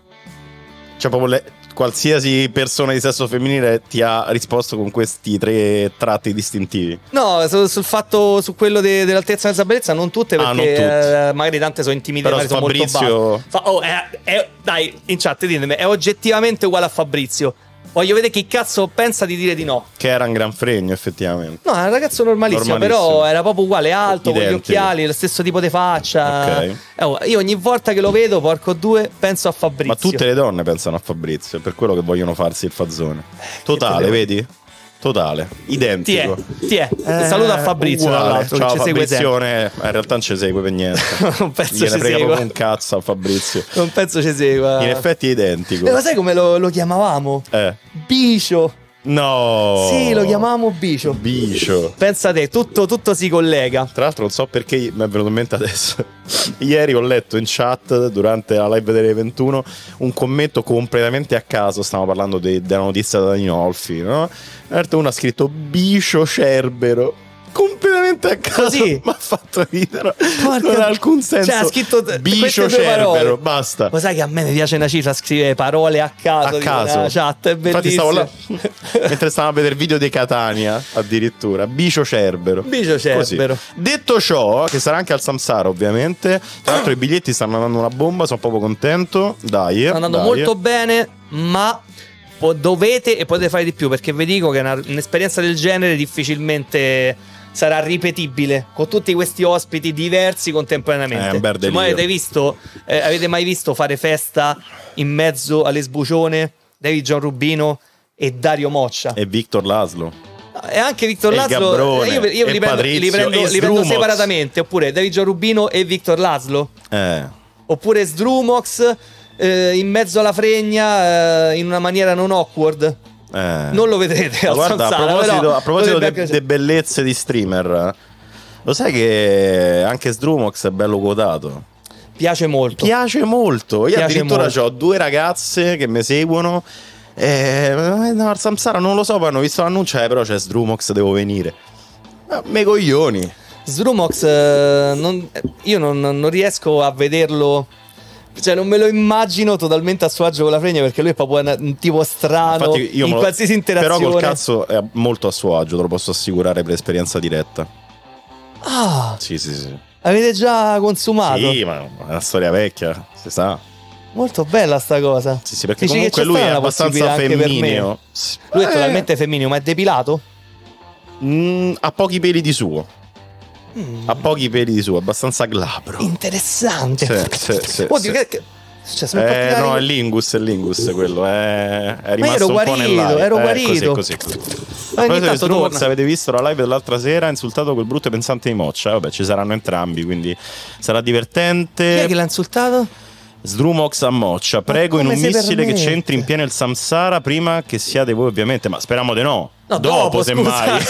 Cioè proprio qualsiasi persona di sesso femminile ti ha risposto con questi 3 tratti distintivi. No, sul fatto, su quello dell'altezza e mezza bellezza non tutte, perché non tutte. Magari tante sono intimidate, però sono Fabrizio... molto basse. Dai, in chat ditemi, è oggettivamente uguale a Fabrizio. Voglio vedere chi cazzo pensa di dire di no. Che era un gran fregno, effettivamente. No, è un ragazzo normalissimo. Però era proprio uguale, alto, identico, con gli occhiali, lo stesso tipo di faccia. Io ogni volta che lo vedo, porco due, penso a Fabrizio. Ma tutte le donne pensano a Fabrizio, è per quello che vogliono farsi il fazzone. Totale, vedi? Totale, identico. Ti è. Saluta a Fabrizio, tra l'altro. Ciao Fabrizio, in realtà non ci segue per niente. Non penso ci segua. Frega proprio un cazzo a Fabrizio. Non penso ci segua. In effetti è identico. Ma sai come lo chiamavamo? Bicio. No. Sì, lo chiamavamo Bicio. Pensa a te, tutto si collega. Tra l'altro non so perché mi è venuto in mente adesso. Ieri ho letto in chat durante la live delle 21 un commento completamente a caso. Stiamo parlando della notizia da Dinolfi, no? Uno ha scritto Bicio Cerbero. Completamente a caso. Così? Mi ha fatto ridere. Non ha alcun senso. Cioè, ha scritto Bicio Cerbero. Basta. Ma sai che a me mi piace una cifra, scrivere parole a caso. Nella chat, è bellissimo. Infatti stavo là mentre stavamo a vedere il video di Catania, addirittura. Bicio Cerbero. Così. Detto ciò, che sarà anche al Samsara, ovviamente. Tra l'altro i biglietti stanno andando una bomba, sono proprio contento. Stanno andando molto bene, ma dovete e potete fare di più, perché vi dico che un'esperienza del genere difficilmente sarà ripetibile con tutti questi ospiti diversi contemporaneamente. Avete mai visto fare festa in mezzo alle sbucione David John Rubino e Dario Moccia e Victor Laszlo? E anche Victor Laszlo. Io li prendo separatamente. Oppure David John Rubino e Victor Laszlo. Oppure Sdrumox in mezzo alla fregna in una maniera non awkward. Non lo vedrete. Guarda, a proposito delle bellezze di streamer, lo sai che anche Sdrumox è bello quotato? Piace molto. Io addirittura ho 2 ragazze che mi seguono. No, al Samsara non lo so, poi hanno visto l'annuncio, però c'è Sdrumox, devo venire. Me coglioni. Sdrumox io non riesco a vederlo. Cioè non me lo immagino totalmente a suo agio con la fregna, perché lui è proprio un tipo strano. Infatti io qualsiasi interazione. Però col cazzo è molto a suo agio, te lo posso assicurare per esperienza diretta. Sì. Avete già consumato? Sì, ma è una storia vecchia, si sa. Molto bella sta cosa. Sì, perché dici comunque lui è abbastanza femmineo. Lui è totalmente femmineo, ma è depilato? Ha pochi peli di suo. Abbastanza glabro. Interessante. Sì. Oddio, no, è Lingus quello. È rimasto un po' nell'aria. Ero guarito. Così. Se avete visto la live dell'altra sera, ha insultato quel brutto pensante di Moccia. Vabbè, ci saranno entrambi, quindi sarà divertente. Chi è che l'ha insultato? Sdrumox a Moccia, prego in come un si missile che permette? c'entri in pieno il Samsara prima che siate voi ovviamente, ma speriamo di no. No, dopo semmai.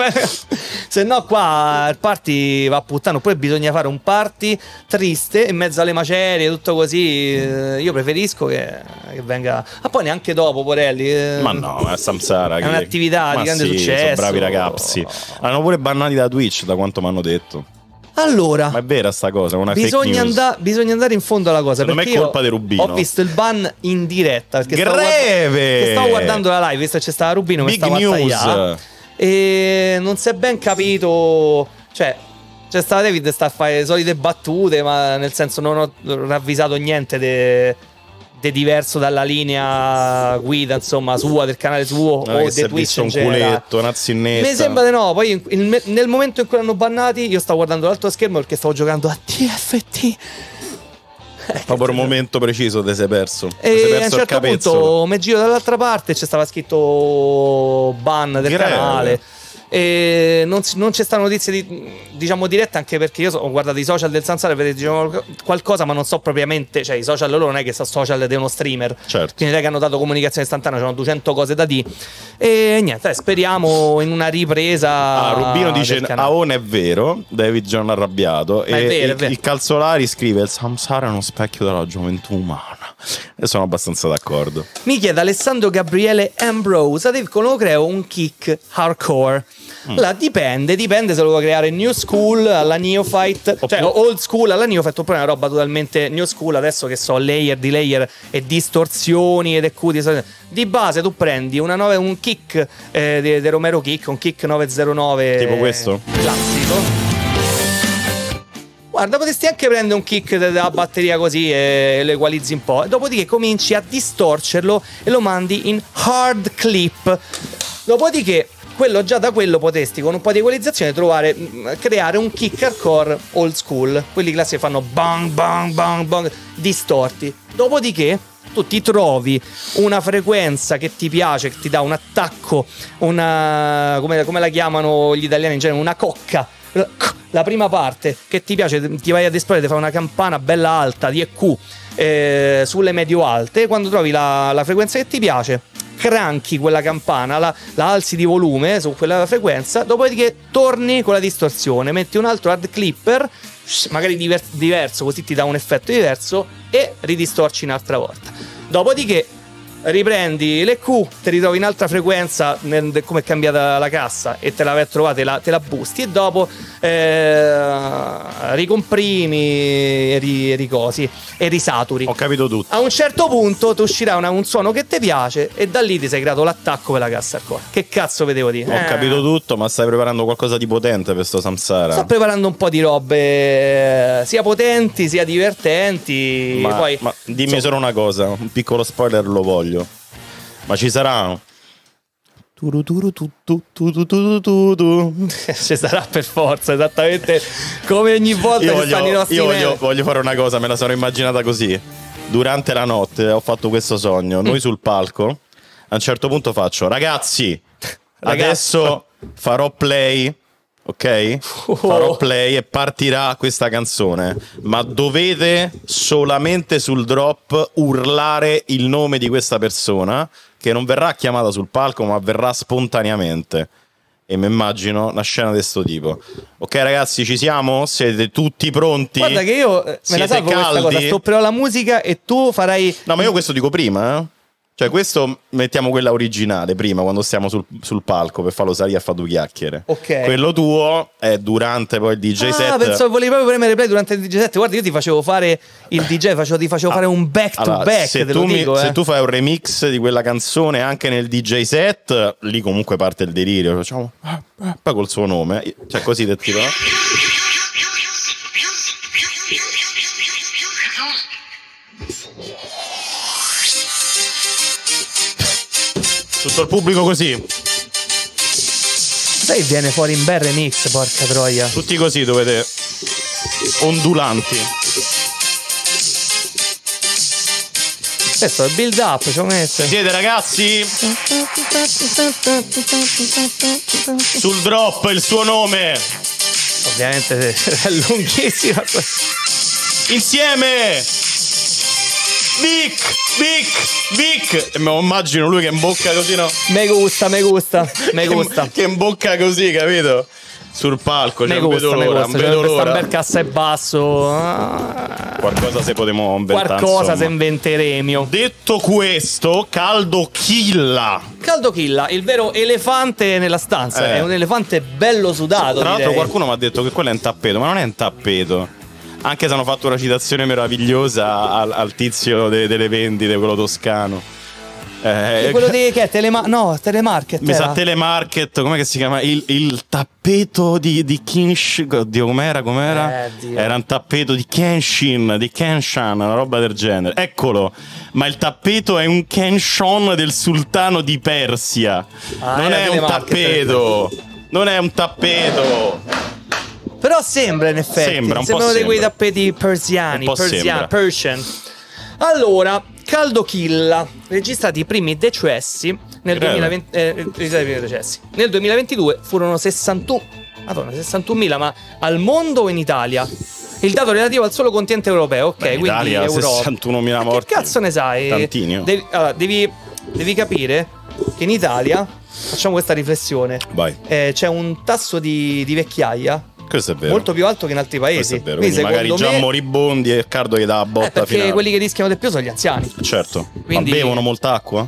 Se no qua il party va a puttano. Poi bisogna fare un party triste in mezzo alle macerie, tutto così. Io preferisco che venga. Ma poi neanche dopo, Porelli. Ma no, è Samsara. È un'attività di grande successo. Sono bravi ragazzi. Hanno pure bannati da Twitch, da quanto mi hanno detto. Allora, ma è vera sta cosa, una bisogna fake news. bisogna andare in fondo alla cosa. Secondo me è colpa di Rubino. Ho visto il ban in diretta. Greve! Stavo guardando la live, visto che c'è stata Rubino, Big mi stava news. a tagliare. E non si è ben capito. Cioè, c'è stato David sta a fare le solite battute, ma nel senso non ho ravvisato niente di diverso dalla linea guida, insomma, sua, del canale suo Non o è di che si è Twitch visto in un generale. culetto, una zinnetta. Mi sembra di no. Poi nel momento in cui l'hanno bannati, io stavo guardando l'altro schermo perché stavo giocando a TFT. Proprio un momento preciso ti sei perso. Ti sei E perso a un certo il capezzolo. punto mi giro dall'altra parte e c'è stava scritto ban del Greve. canale. E non c'è stata notizia diciamo diretta, anche perché io ho guardato i social del Sansara per vedere diciamo, qualcosa, ma non so propriamente, cioè i social loro non è che sono social di uno streamer, certo. Quindi non è che hanno dato comunicazione istantanea, c'erano 200 cose da dire e niente, speriamo in una ripresa. Rubino dice Aone è vero, David John arrabbiato. Ma E è vero, è vero. il Calzolari scrive il Samsara è uno specchio della gioventù umana. E sono abbastanza d'accordo. Mi chiede Alessandro Gabriele Ambrose, Dave, come lo creo un kick hardcore? Allora, dipende se lo vuoi creare new school alla neophyte, cioè old school alla neophyte, oppure una roba totalmente new school, adesso che so layer di layer e distorsioni ed EQ di base. Tu prendi un kick di Romero Kick, un kick 909 tipo questo classico. Guarda, potresti anche prendere un kick della batteria così e lo equalizzi un po'. Dopodiché cominci a distorcerlo e lo mandi in hard clip. Dopodiché già da quello potresti con un po' di equalizzazione creare un kick hardcore old school. Quelli classici fanno bang bang bang bang distorti. Dopodiché tu ti trovi una frequenza che ti piace, che ti dà un attacco, una come la chiamano gli italiani in genere, una cocca. La prima parte che ti piace, ti vai ad esplorare, ti fai una campana bella alta di EQ sulle medio alte. Quando trovi la frequenza che ti piace, cranchi quella campana, la alzi di volume su quella frequenza, dopodiché torni con la distorsione, metti un altro hard clipper, magari diverso, così ti dà un effetto diverso, e ridistorci un'altra volta. Dopodiché riprendi l'EQ, ti ritrovi in altra frequenza come è cambiata la cassa e te la vai trovata, te la boosti, e dopo ricomprimi e ricosi e risaturi. Ho capito tutto. A un certo punto ti uscirà un suono che ti piace e da lì ti sei creato l'attacco per la cassa hardcore. Che cazzo vedevo dire? Ho capito tutto, ma stai preparando qualcosa di potente per sto Samsara? Sto preparando un po' di robe sia potenti sia divertenti. Ma dimmi solo una cosa, un piccolo spoiler lo voglio. Ma ci sarà? Ci sarà per forza, esattamente come ogni volta che stanno i nostri voglio fare una cosa, me la sono immaginata così. Durante la notte ho fatto questo sogno. Noi sul palco, a un certo punto faccio: ragazzi, adesso farò play. Ok? Farò play e partirà questa canzone. Ma dovete solamente sul drop urlare il nome di questa persona, che non verrà chiamata sul palco, ma verrà spontaneamente. E mi immagino una scena di questo tipo. Ok, ragazzi, ci siamo? Siete tutti pronti? Guarda che io me la salvo questa cosa. Stopperò la musica e tu farai. No, ma io questo dico prima, Cioè, questo mettiamo quella originale prima, quando stiamo sul palco, per farlo salire a fare due chiacchiere. Ok. Quello tuo è durante poi il DJ set. Pensavo volevi proprio premere play durante il DJ set. Guarda, io ti facevo fare il DJ, ti facevo fare un back to back. Se tu fai un remix di quella canzone anche nel DJ set, lì comunque parte il delirio. Facciamo poi col suo nome. Cioè, così del tipo. Tutto il pubblico così. Sai, viene fuori in bel remix, porca troia. Tutti così dovete. Ondulanti. Questo è il build up, ci ho messo. Siete ragazzi? Sul drop il suo nome. Ovviamente è lunghissima. Insieme. Vic. E me lo immagino lui che imbocca così, no? Me gusta. Che imbocca così, capito? Sul palco, me vedo l'ora. C'è un bel cassa e basso. Qualcosa se potremo inventare. Qualcosa se inventeremo. Detto questo, Caldo Killa, il vero elefante nella stanza. È un elefante bello sudato. Tra l'altro direi. qualcuno mi ha detto che quello è un tappeto, ma non è un tappeto. Anche se hanno fatto una citazione meravigliosa al tizio delle vendite, quello toscano. Quello che è Telemarket. Mi sa Telemarket, com'è che si chiama? Il tappeto di Kenshin. Oddio, com'era? Era un tappeto di Kenshin, una roba del genere. Eccolo. Ma il tappeto è un Kenshin del sultano di Persia. Non è un tappeto. Non è un tappeto. Però sembra, in effetti. Sembrano di quei tappeti persiani. Persian. Allora, Caldo Killa, registrati i primi decessi nel 2020. Nel 2022 furono 61.000, ma al mondo o in Italia? Il dato relativo al solo continente europeo, ok? In quindi Italia, Europa. 61.000 morti. Che cazzo ne sai? Tantini. Devi capire che in Italia, facciamo questa riflessione, vai. C'è un tasso di vecchiaia Questo è vero. molto più alto che in altri paesi. Questo è vero. Quindi magari già moribondi e Riccardo gli dà la botta perché finale. quelli che rischiano di più sono gli anziani. Certo. Quindi- Ma bevono molta acqua?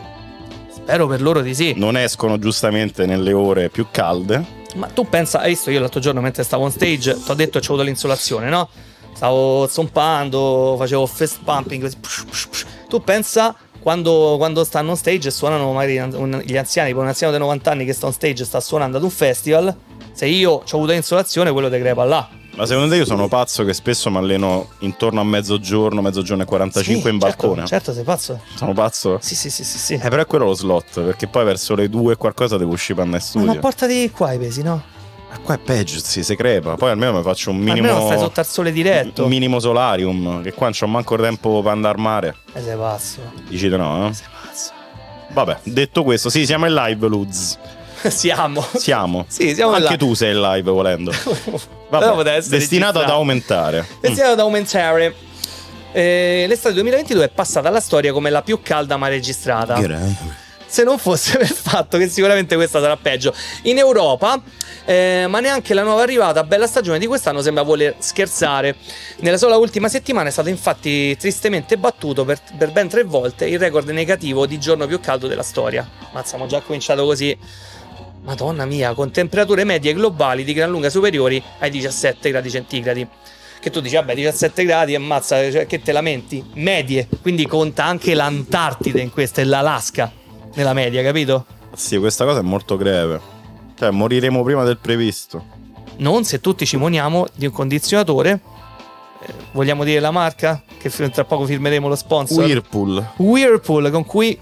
Spero per loro di sì. Non escono giustamente nelle ore più calde. Ma tu pensa, hai visto io l'altro giorno mentre stavo on stage, ti ho detto che c'ho avuto l'insolazione, no? Stavo zompando, facevo fist pumping così. Tu pensa quando stanno on stage e suonano magari gli anziani, tipo un anziano di 90 anni che sta on stage e sta suonando ad un festival, se io ho avuto l'insolazione quello te crepa là. Ma secondo te io sono pazzo che spesso mi alleno intorno a mezzogiorno e 45 in balcone? Certo, sei pazzo. Sono pazzo? Sì. Però è quello lo slot, perché poi verso le 2 e qualcosa devo uscire per andare in studio. Ma portati qua i pesi, no? Ma qua è peggio, si crepa. Poi almeno mi faccio un minimo. Almeno stai sotto al sole diretto. Un minimo solarium, che qua non c'ho manco tempo per andare al mare. Sei pazzo. Dici di no, no? Sei pazzo. Vabbè, detto questo, sì, siamo in live, Luz. Siamo. Sì, siamo Anche là. tu sei in live volendo. Però Vabbè, poteva essere destinato ad registrato. aumentare. Destinato ad aumentare. L'estate 2022 è passata alla storia come la più calda mai registrata. Se non fosse per il fatto che sicuramente questa sarà peggio in Europa, ma neanche la nuova arrivata bella stagione di quest'anno sembra voler scherzare. Nella sola ultima settimana è stato infatti tristemente battuto per ben 3 volte il record negativo di giorno più caldo della storia. Ma siamo già cominciato così. Madonna mia, con temperature medie globali di gran lunga superiori ai 17 gradi centigradi. Che tu dici, vabbè, 17 gradi, ammazza, cioè, che te lamenti? Medie, quindi conta anche l'Antartide in questa e l'Alaska nella media, capito? Sì, questa cosa è molto greve. Cioè, moriremo prima del previsto. Non se tutti ci muniamo di un condizionatore. Vogliamo dire la marca? Che tra poco firmeremo lo sponsor. Whirlpool, con cui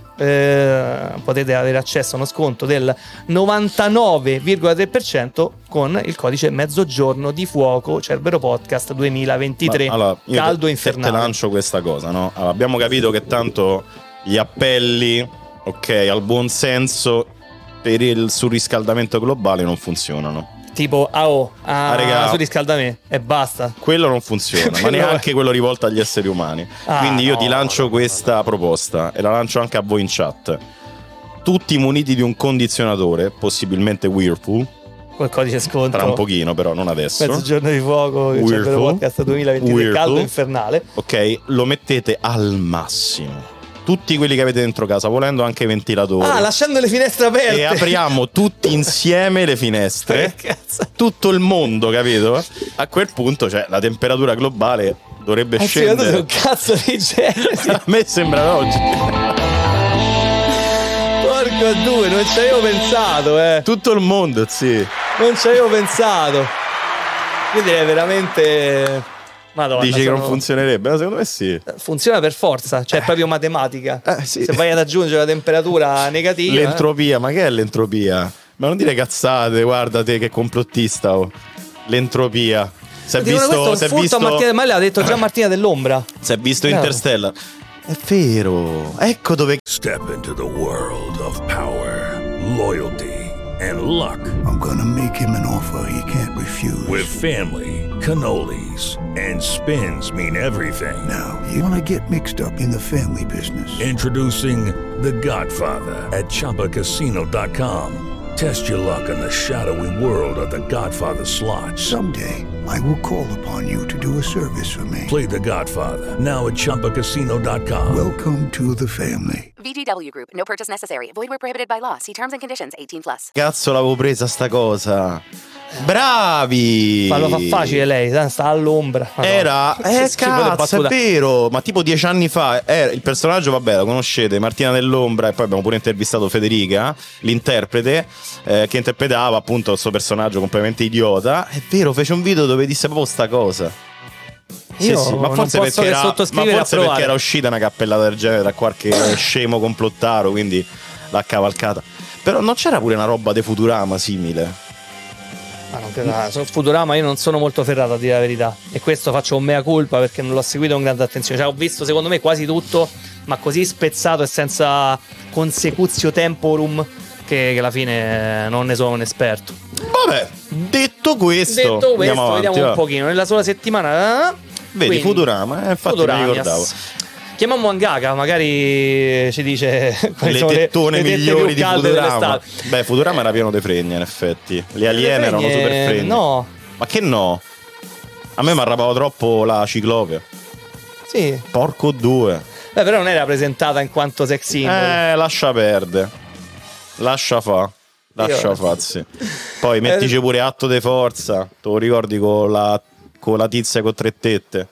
potete avere accesso a uno sconto del 99,3% con il codice Mezzogiorno di Fuoco Cerbero Podcast 2023. Allora, caldo infernale. Te lancio questa cosa, no? Allora, abbiamo capito che tanto gli appelli, ok, al buon senso per il surriscaldamento globale non funzionano. Tipo surriscaldamento e basta. Quello non funziona, ma neanche quello rivolto agli esseri umani. Quindi io ti lancio questa proposta e la lancio anche a voi in chat. Tutti muniti di un condizionatore, possibilmente Whirlpool, col codice sconto tra un pochino, però non adesso. Mezzogiorno di Fuoco Cerbero Podcast 2023, caldo infernale. Ok, lo mettete al massimo. Tutti quelli che avete dentro casa, volendo anche i ventilatori. Lasciando le finestre aperte. E apriamo tutti insieme le finestre. Tutto il mondo, capito? A quel punto, cioè, la temperatura globale dovrebbe scendere. Sei un cazzo di genere. A me sembra logico. Porco due, non ci avevo pensato, Tutto il mondo, sì. Non ci avevo pensato. Io direi veramente... Madonna, dici che non funzionerebbe? No, secondo me sì. Funziona per forza, cioè è proprio matematica. Sì. Se vai ad aggiungere la temperatura negativa. L'entropia, ma che è l'entropia? Ma non dire cazzate, guarda te che complottista. L'entropia. Si è visto a Martina, ma l'ha detto già Martina dell'Ombra. Si è visto Interstellar. È vero. Ecco dove. Step into the world of power, loyalty and luck. I'm gonna make him an offer he can't refuse. With family, cannolis, and spins mean everything. Now, you wanna get mixed up in the family business. Introducing The Godfather at ChumbaCasino.com. Test your luck in the shadowy world of The Godfather slot. Someday, I will call upon you to do a service for me. Play The Godfather now at ChumbaCasino.com. Welcome to the family. VGW Group. No purchase necessary. Void where prohibited by law. See terms and conditions. 18+. Cazzo, l'avevo presa sta cosa. Bravi! Ma lo fa facile lei, sta all'ombra. Era cazzo, è vero, ma tipo 10 anni fa era il personaggio, vabbè, lo conoscete, Martina dell'Ombra, e poi abbiamo pure intervistato Federica, l'interprete, che interpretava appunto questo personaggio completamente idiota. È vero, fece un video dove disse proprio sta cosa. Io sì, ma forse perché era uscita una cappellata del genere da qualche scemo complottaro, quindi l'ha cavalcata. Però non c'era pure una roba di Futurama simile? Ma non credo. Su Futurama io non sono molto ferrato, a dire la verità, e questo faccio un mea culpa perché non l'ho seguito con grande attenzione. Cioè, ho visto secondo me quasi tutto, ma così spezzato e senza consecutio temporum che alla fine non ne sono un esperto. Vabbè, detto questo vediamo un pochino nella sola settimana. Vedi, quindi, Futurama, infatti mi ricordavo. Chiamiamo Mangaka, magari ci dice quali sono tettone le migliori di Futurama. Dell'estate. Beh, Futurama era pieno di fregni, in effetti. Le aliene erano super fregni. No. Ma che no? A me mi arrabbiava troppo la Ciclope. Sì. Porco due. Beh, però non era presentata in quanto sex symbol. Lascia perdere. Lascia fa. Sì. Poi mettici pure Atto de Forza. Te lo ricordi con la tizia con 3 tette?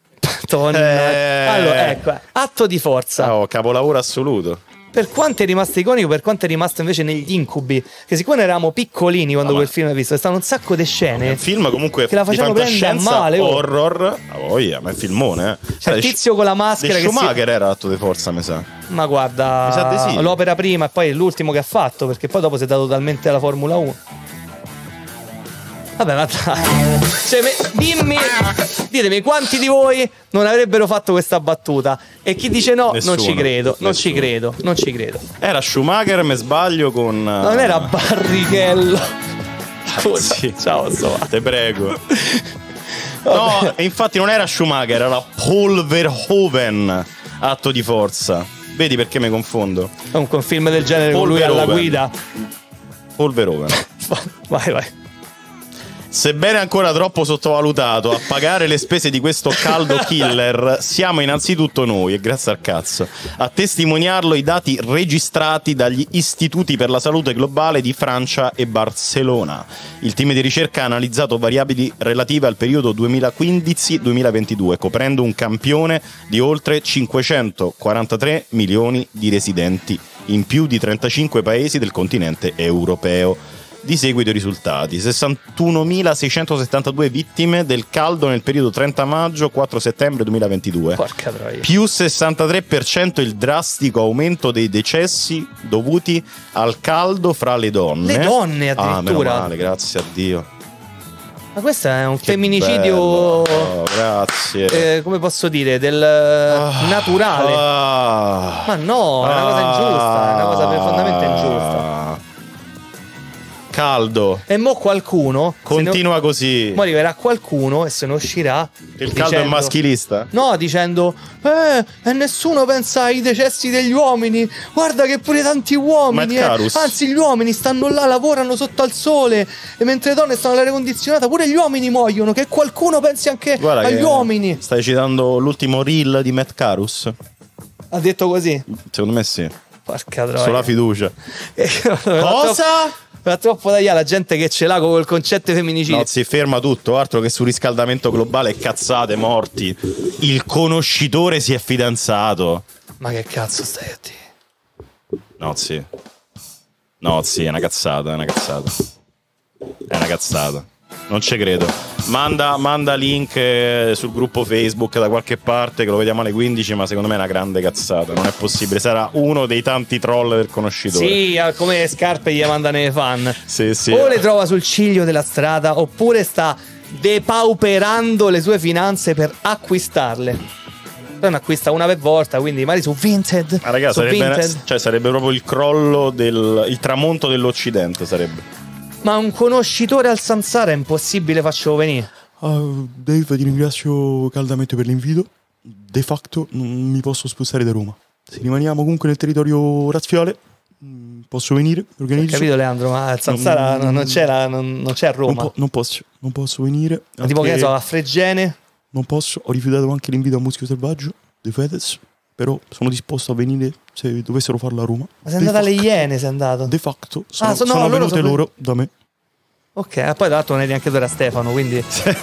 Allora, ecco, Atto di Forza. Capolavoro assoluto. Per quanto è rimasto iconico, per quanto è rimasto invece negli incubi, che siccome eravamo piccolini quando quel film è visto, stavano un sacco di scene. È un film comunque che la facevano prendere a male. Horror. Ma è filmone, C'è il tizio con la maschera che Schumacher era Atto di Forza, mi sa. Ma guarda, mi sa di sì. L'opera prima e poi l'ultimo che ha fatto, perché poi dopo si è dato totalmente alla Formula 1. Vabbè, ma cioè, ditemi quanti di voi non avrebbero fatto questa battuta, e chi dice no, nessuno, non ci credo. Era Schumacher, me sbaglio con... Non era Barrichello. Scusa, sì. Ciao, te prego. No, e infatti non era Schumacher, era Paul Verhoeven, Atto di Forza. Vedi perché mi confondo? Comunque un film del genere con lui alla guida. Paul Verhoeven. Vai. Sebbene ancora troppo sottovalutato, a pagare le spese di questo caldo killer siamo innanzitutto noi, e grazie al cazzo. A testimoniarlo i dati registrati dagli Istituti per la Salute Globale di Francia e Barcellona. Il team di ricerca ha analizzato variabili relative al periodo 2015-2022, coprendo un campione di oltre 543 milioni di residenti in più di 35 paesi del continente europeo. Di seguito i risultati: 61.672 vittime del caldo nel periodo 30 maggio-4 settembre 2022. Porca troia. Più 63% il drastico aumento dei decessi dovuti al caldo fra le donne. Le donne addirittura. Meno male, grazie a Dio. Ma questo è un femminicidio. Grazie. Come posso dire? Naturale. Ma no, è una cosa ingiusta. È una cosa profondamente ingiusta. Caldo. E mo qualcuno continua così. Mo arriverà qualcuno e se ne uscirà. Il caldo è maschilista? No, dicendo e nessuno pensa ai decessi degli uomini. Guarda che pure tanti uomini anzi gli uomini stanno là, lavorano sotto al sole, e mentre le donne stanno all'aria condizionata, pure gli uomini muoiono. Che qualcuno pensi anche agli uomini. Stai citando l'ultimo reel di Matt Carus? Ha detto così? Secondo me sì. Porca troia. Sulla fiducia. Cosa? Fa troppo tagliare la gente che ce l'ha con il concetto di femminicidio. No, si ferma tutto, altro che sul riscaldamento globale, cazzate, morti. Il conoscitore si è fidanzato. Ma che cazzo stai a dire? No, sì, è una cazzata. Non ci credo. Manda link sul gruppo Facebook da qualche parte, che lo vediamo alle 15, ma secondo me è una grande cazzata. Non è possibile. Sarà uno dei tanti troll del conoscitore. Sì, come scarpe gli mandano i fan. Sì. O le trova sul ciglio della strada, oppure sta depauperando le sue finanze per acquistarle. Poi ne acquista una per volta, quindi magari su Vinted. Ma ragazzi, sarebbe proprio il crollo il tramonto dell'Occidente sarebbe. Ma un conoscitore al Samsara è impossibile farcelo venire. Dave, ti ringrazio caldamente per l'invito. De facto non mi posso spostare da Roma. Se rimaniamo comunque nel territorio razziale, posso venire, organizzo. Ho capito, Leandro, ma il Samsara non c'è a Roma. Non posso venire. Ma tipo che ne so, a Fregene? Non posso, ho rifiutato anche l'invito a Muschio Selvaggio dei Fedez, però sono disposto a venire se dovessero farlo a Roma. Ma sei andato alle Iene, sei andato? De facto, sono venute loro da me. Ok, poi tra l'altro non eri neanche tu, era Stefano, quindi...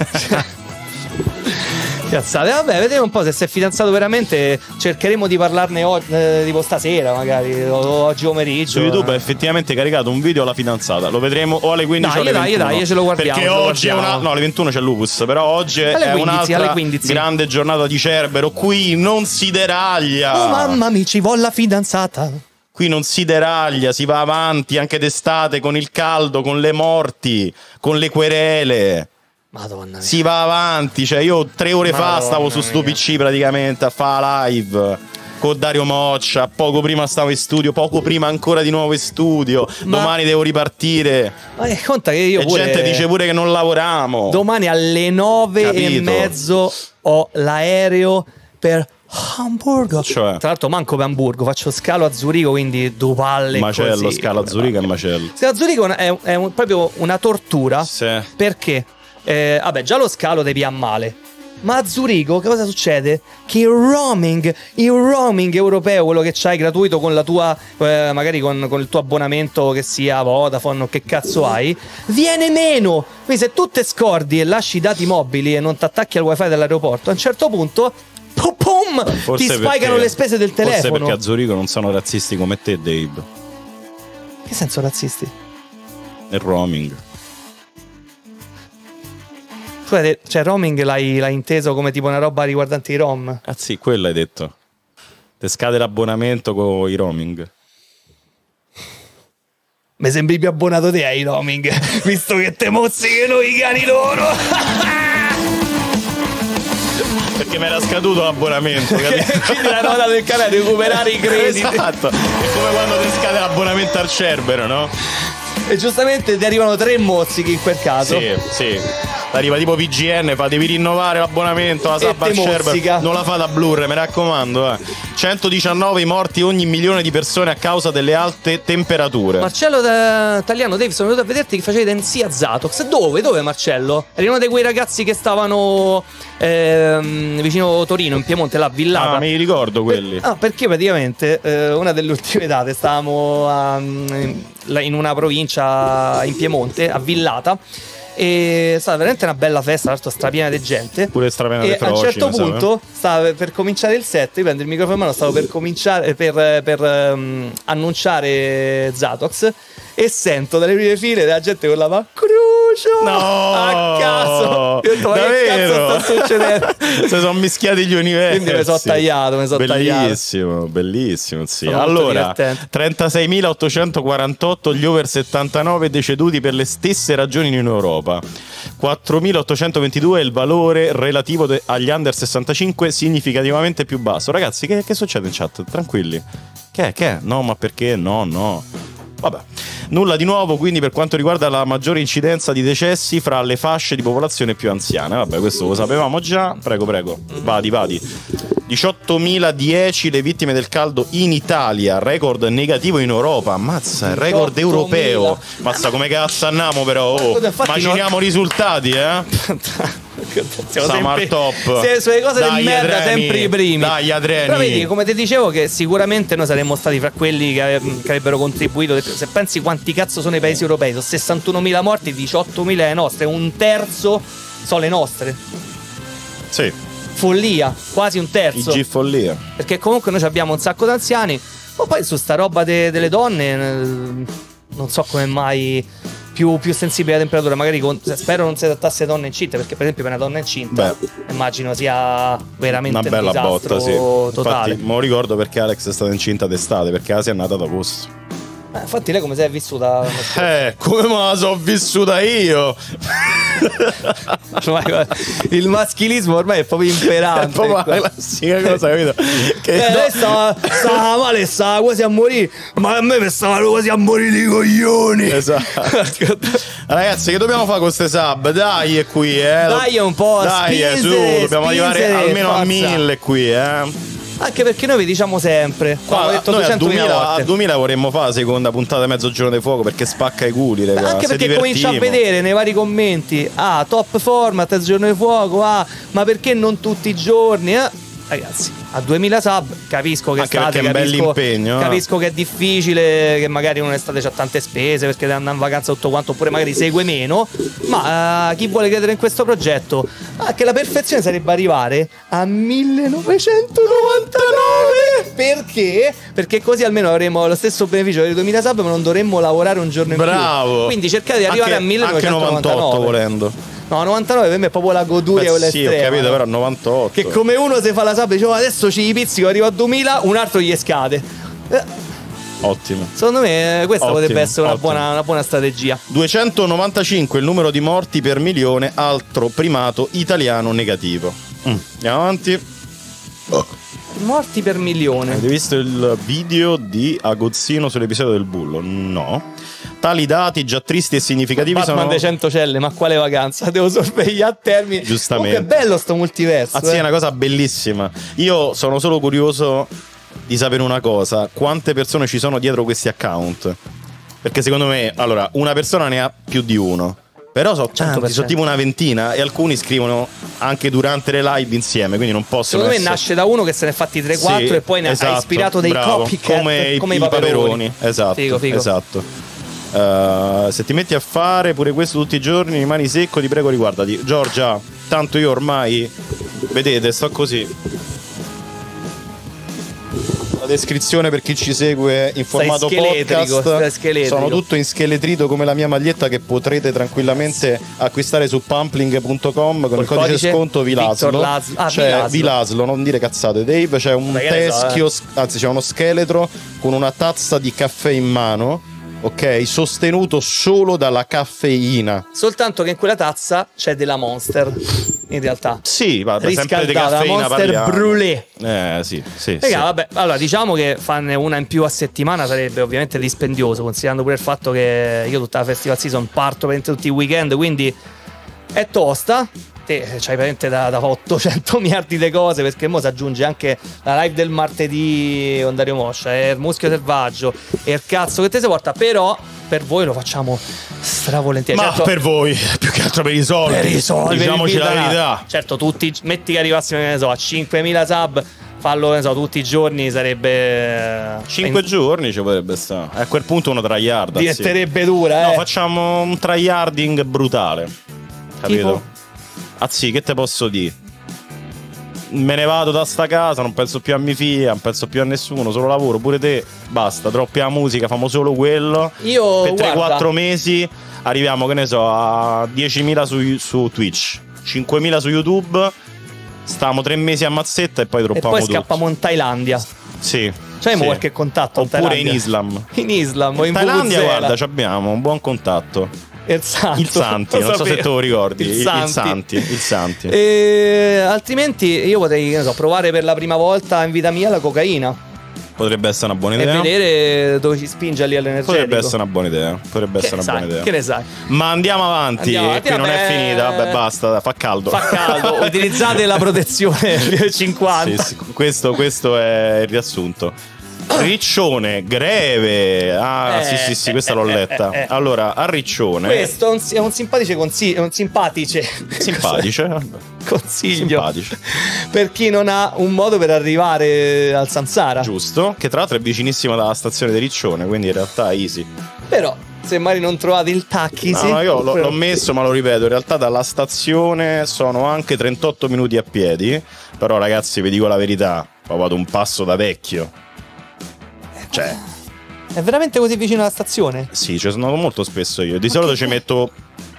Piazzate. Vabbè, vedremo un po' se sei fidanzato veramente. Cercheremo di parlarne tipo stasera, magari, o oggi pomeriggio. Su YouTube è effettivamente caricato un video alla fidanzata. Lo vedremo o alle 15 o alle 21. Dai, ce lo guardiamo. Perché oggi è alle 21 c'è Lupus. Però oggi è un'altra grande giornata di Cerbero. Qui non si deraglia. Oh mamma mia, ci vuole la fidanzata. Qui non si deraglia, si va avanti anche d'estate con il caldo, con le morti, con le querele. Madonna mia. Si va avanti, cioè io 3 ore fa stavo su sto PC praticamente a fare live con Dario Moccia, poco prima stavo in studio, poco prima ancora di nuovo in studio, domani devo ripartire. Ma conta che io gente dice pure che non lavoriamo. Domani alle 9:30 ho l'aereo per Hamburgo. Cioè, tra l'altro manco per Hamburgo, faccio scalo a Zurigo, quindi due palle macello, così. Scalo a Zurigo è un macello. Scalo a Zurigo è proprio una tortura. Sì. Perché? Vabbè, già lo scalo devi a male. Ma a Zurigo che cosa succede? Che il roaming europeo, quello che c'hai gratuito con la tua magari con il tuo abbonamento, che sia Vodafone o che cazzo hai, viene meno. Quindi se tu te scordi e lasci i dati mobili e non ti attacchi al wifi dell'aeroporto, a un certo punto ti spikano le spese del telefono. Forse perché a Zurigo non sono razzisti come te, Dave. Che senso razzisti? Il roaming. Cioè roaming l'hai inteso come tipo una roba riguardante i rom? Ah sì, quello hai detto. Te scade l'abbonamento con i roaming. Mi sembri più abbonato te ai roaming, visto che te mozzicano i cani loro. Perché mi era scaduto l'abbonamento. Quindi la nota del canale è recuperare i crediti. Esatto. È come quando ti scade l'abbonamento al Cerbero, no? E giustamente ti arrivano 3 mozzichi in quel caso. Sì. Arriva tipo PGN, devi rinnovare l'abbonamento alla Sub al Cerbero. Non la fate a Blur, mi raccomando. 119 morti ogni milione di persone a causa delle alte temperature. Marcello Tagliano, Dave, sono venuto a vederti che facevi danza a Zatox. Dove Marcello? Eri uno di quei ragazzi che stavano vicino Torino, in Piemonte, là, Villata. Ah, mi ricordo quelli. Perché praticamente una delle ultime date stavamo in una provincia in Piemonte, a Villata. E è stata veramente una bella festa, tra l'altro strapiena di gente. Pure strapiena di froci. E a un certo punto stava per cominciare il set. Io prendo il microfono in mano, stavo per cominciare per annunciare Zatox. E sento dalle prime file della gente con la Crucio a caso. Io ho detto, ma che cazzo sta succedendo? Si sono mischiati gli universi. Quindi mi sono tagliato, bellissimo, sì. Allora, 36.848 gli over 79 deceduti per le stesse ragioni in Europa. 4.822 è il valore relativo agli under 65, significativamente più basso. Ragazzi, che succede in chat? Tranquilli. Che? No, ma perché? No. Vabbè, nulla di nuovo quindi per quanto riguarda la maggiore incidenza di decessi fra le fasce di popolazione più anziane. Vabbè, questo lo sapevamo già. Prego, vadi. 18.010 le vittime del caldo in Italia, record negativo in Europa. Ammazza, il record europeo. Mazza, come cazzo andiamo però. Immaginiamo risultati, siamo al top. Sulle cose di merda sempre i primi. Dai, Adreni. Però vedi, come ti dicevo, che sicuramente noi saremmo stati fra quelli che avrebbero contribuito. Se pensi quanti cazzo sono i paesi europei, sono 61.000 morti, 18.000 le nostre, un terzo sono le nostre. Sì. Follia, quasi un terzo. IG follia. Perché comunque noi abbiamo un sacco di anziani. Ma poi su sta roba delle donne non so come mai più sensibile alla temperatura. Magari spero non si trattasse a donne incinte, perché per esempio per una donna incinta immagino sia veramente una bella botta, sì. Totale. Infatti me lo ricordo perché Alex è stata incinta d'estate, perché Asia è nata ad agosto. Infatti lei come si è vissuta? Come me la so vissuta io? Il maschilismo ormai è proprio imperante. È proprio la classica cosa, capito? Che lei stava male, stava quasi a morire, ma a me mi stavano quasi a morire di coglioni. Esatto. Ragazzi, che dobbiamo fare con queste sub? Dai, è qui, Dai un po', dai, su, dobbiamo arrivare almeno a 1000 qui, Anche perché noi vi diciamo sempre, detto noi 200.000 a 2000 vorremmo fare la seconda puntata di Mezzogiorno di Fuoco, perché spacca i culi, raga. Anche perché comincia a vedere nei vari commenti: top format, Mezzogiorno di Fuoco, ma perché non tutti i giorni? Ragazzi, a 2000 sub capisco che anche perché è un bell'impegno. Capisco che è difficile, che magari in un'estate c'ha tante spese perché deve andare in vacanza tutto quanto, oppure magari segue meno. Ma chi vuole credere in questo progetto, che la perfezione sarebbe arrivare a 1999. Perché? Perché così almeno avremo lo stesso beneficio dei 2000 sub, ma non dovremmo lavorare un giorno in più. Bravo. Quindi cercate di arrivare a 1999. Anche 98 volendo. No, 99 per me è proprio la goduria quella estrema. Sì, ho capito, però 98. Che come uno se fa la sub e dice adesso ci pizzico, arrivo a 2000, un altro gli scade. Ottimo. Secondo me questa potrebbe essere una buona strategia. 295 il numero di morti per milione, altro primato italiano negativo. Andiamo avanti. Morti per milione. Avete visto il video di Agozzino sull'episodio del bullo? No. Tali dati già tristi e significativi Batman sono... de 100 celle, ma quale vacanza? Devo sorvegliare a termini. Giustamente. Comunque è bello sto multiverso. Sì, è una cosa bellissima. Io sono solo curioso di sapere una cosa: quante persone ci sono dietro questi account? Perché secondo me, allora, una persona ne ha più di uno, però sono tipo una ventina, e alcuni scrivono anche durante le live insieme, quindi non possono secondo me nasce da uno che se ne è fatti 3-4 e poi ne ha ispirato dei copycat come i paperoni. Esatto, figo. Esatto. Se ti metti a fare pure questo tutti i giorni rimani secco, ti prego riguardati. Giorgia, tanto io ormai, vedete, sto così. La descrizione per chi ci segue in formato podcast, sono tutto in scheletrito come la mia maglietta, che potrete tranquillamente acquistare su pumpling.com con il codice sconto Vilaslo. Vilaslo, non dire cazzate Dave. C'è un teschio, anzi c'è uno scheletro con una tazza di caffè in mano, ok, sostenuto solo dalla caffeina. Soltanto che in quella tazza c'è della Monster, in realtà. Sì, vabbè, sempre di caffeina, Monster Brûlée. Sì. Raga, vabbè, allora diciamo che farne una in più a settimana sarebbe ovviamente dispendioso, considerando pure il fatto che io tutta la festival season parto per tutti i weekend, quindi è tosta. Te c'hai praticamente da 800 miliardi di cose, perché mo si aggiunge anche la live del martedì con Dario Moscia e il Muschio Selvaggio e il cazzo che te si porta. Però per voi lo facciamo stravolentieri. Ma per voi, più che altro per i soldi. Diciamoci la verità. Certo, metti che arrivassimo, che ne so, a 5.000 sub, fallo, ne so, tutti i giorni, sarebbe 5 giorni ci potrebbe stare. A quel punto uno tryhard diventerebbe dura. No, facciamo un tryharding brutale, capito? Tipo? Sì, che te posso dire? Me ne vado da sta casa, non penso più a mia figlia, non penso più a nessuno, solo lavoro, pure te, basta, droppi la musica, famo solo quello. Io per 3-4 mesi arriviamo, che ne so, a 10.000 su Twitch, 5.000 su YouTube, stiamo 3 mesi a mazzetta e poi droppiamo tutto. E poi scappiamo in Thailandia. Sì. C'hai qualche contatto? Oppure in Islam. In Islam o in Thailandia, guarda, abbiamo un buon contatto. Il Santi, non so se te lo ricordi. Il Santi. Altrimenti io potrei, che ne so, provare per la prima volta in vita mia la cocaina. Potrebbe essere una buona idea. E vedere dove ci spinge a livello energetico. Potrebbe essere una buona idea. Che ne sai? Ma andiamo avanti, qui non è finita. Vabbè, basta, fa caldo. Utilizzate la protezione 50. Sì, questo è il riassunto. Riccione, greve. Sì, questa l'ho letta. Allora, a Riccione. Questo è un simpatico consiglio. Simpatice. Consiglio. Simpatice. Per chi non ha un modo per arrivare al Samsara. Giusto. Che tra l'altro è vicinissima dalla stazione di Riccione, quindi in realtà easy. Però, se mai non trovate il Tacchisi. No, io l'ho messo, ma lo ripeto. In realtà dalla stazione sono anche 38 minuti a piedi. Però, ragazzi, vi dico la verità. Ho fatto un passo da vecchio. Cioè, è veramente così vicino alla stazione? Sì, ci sono molto spesso io. Di solito ci metto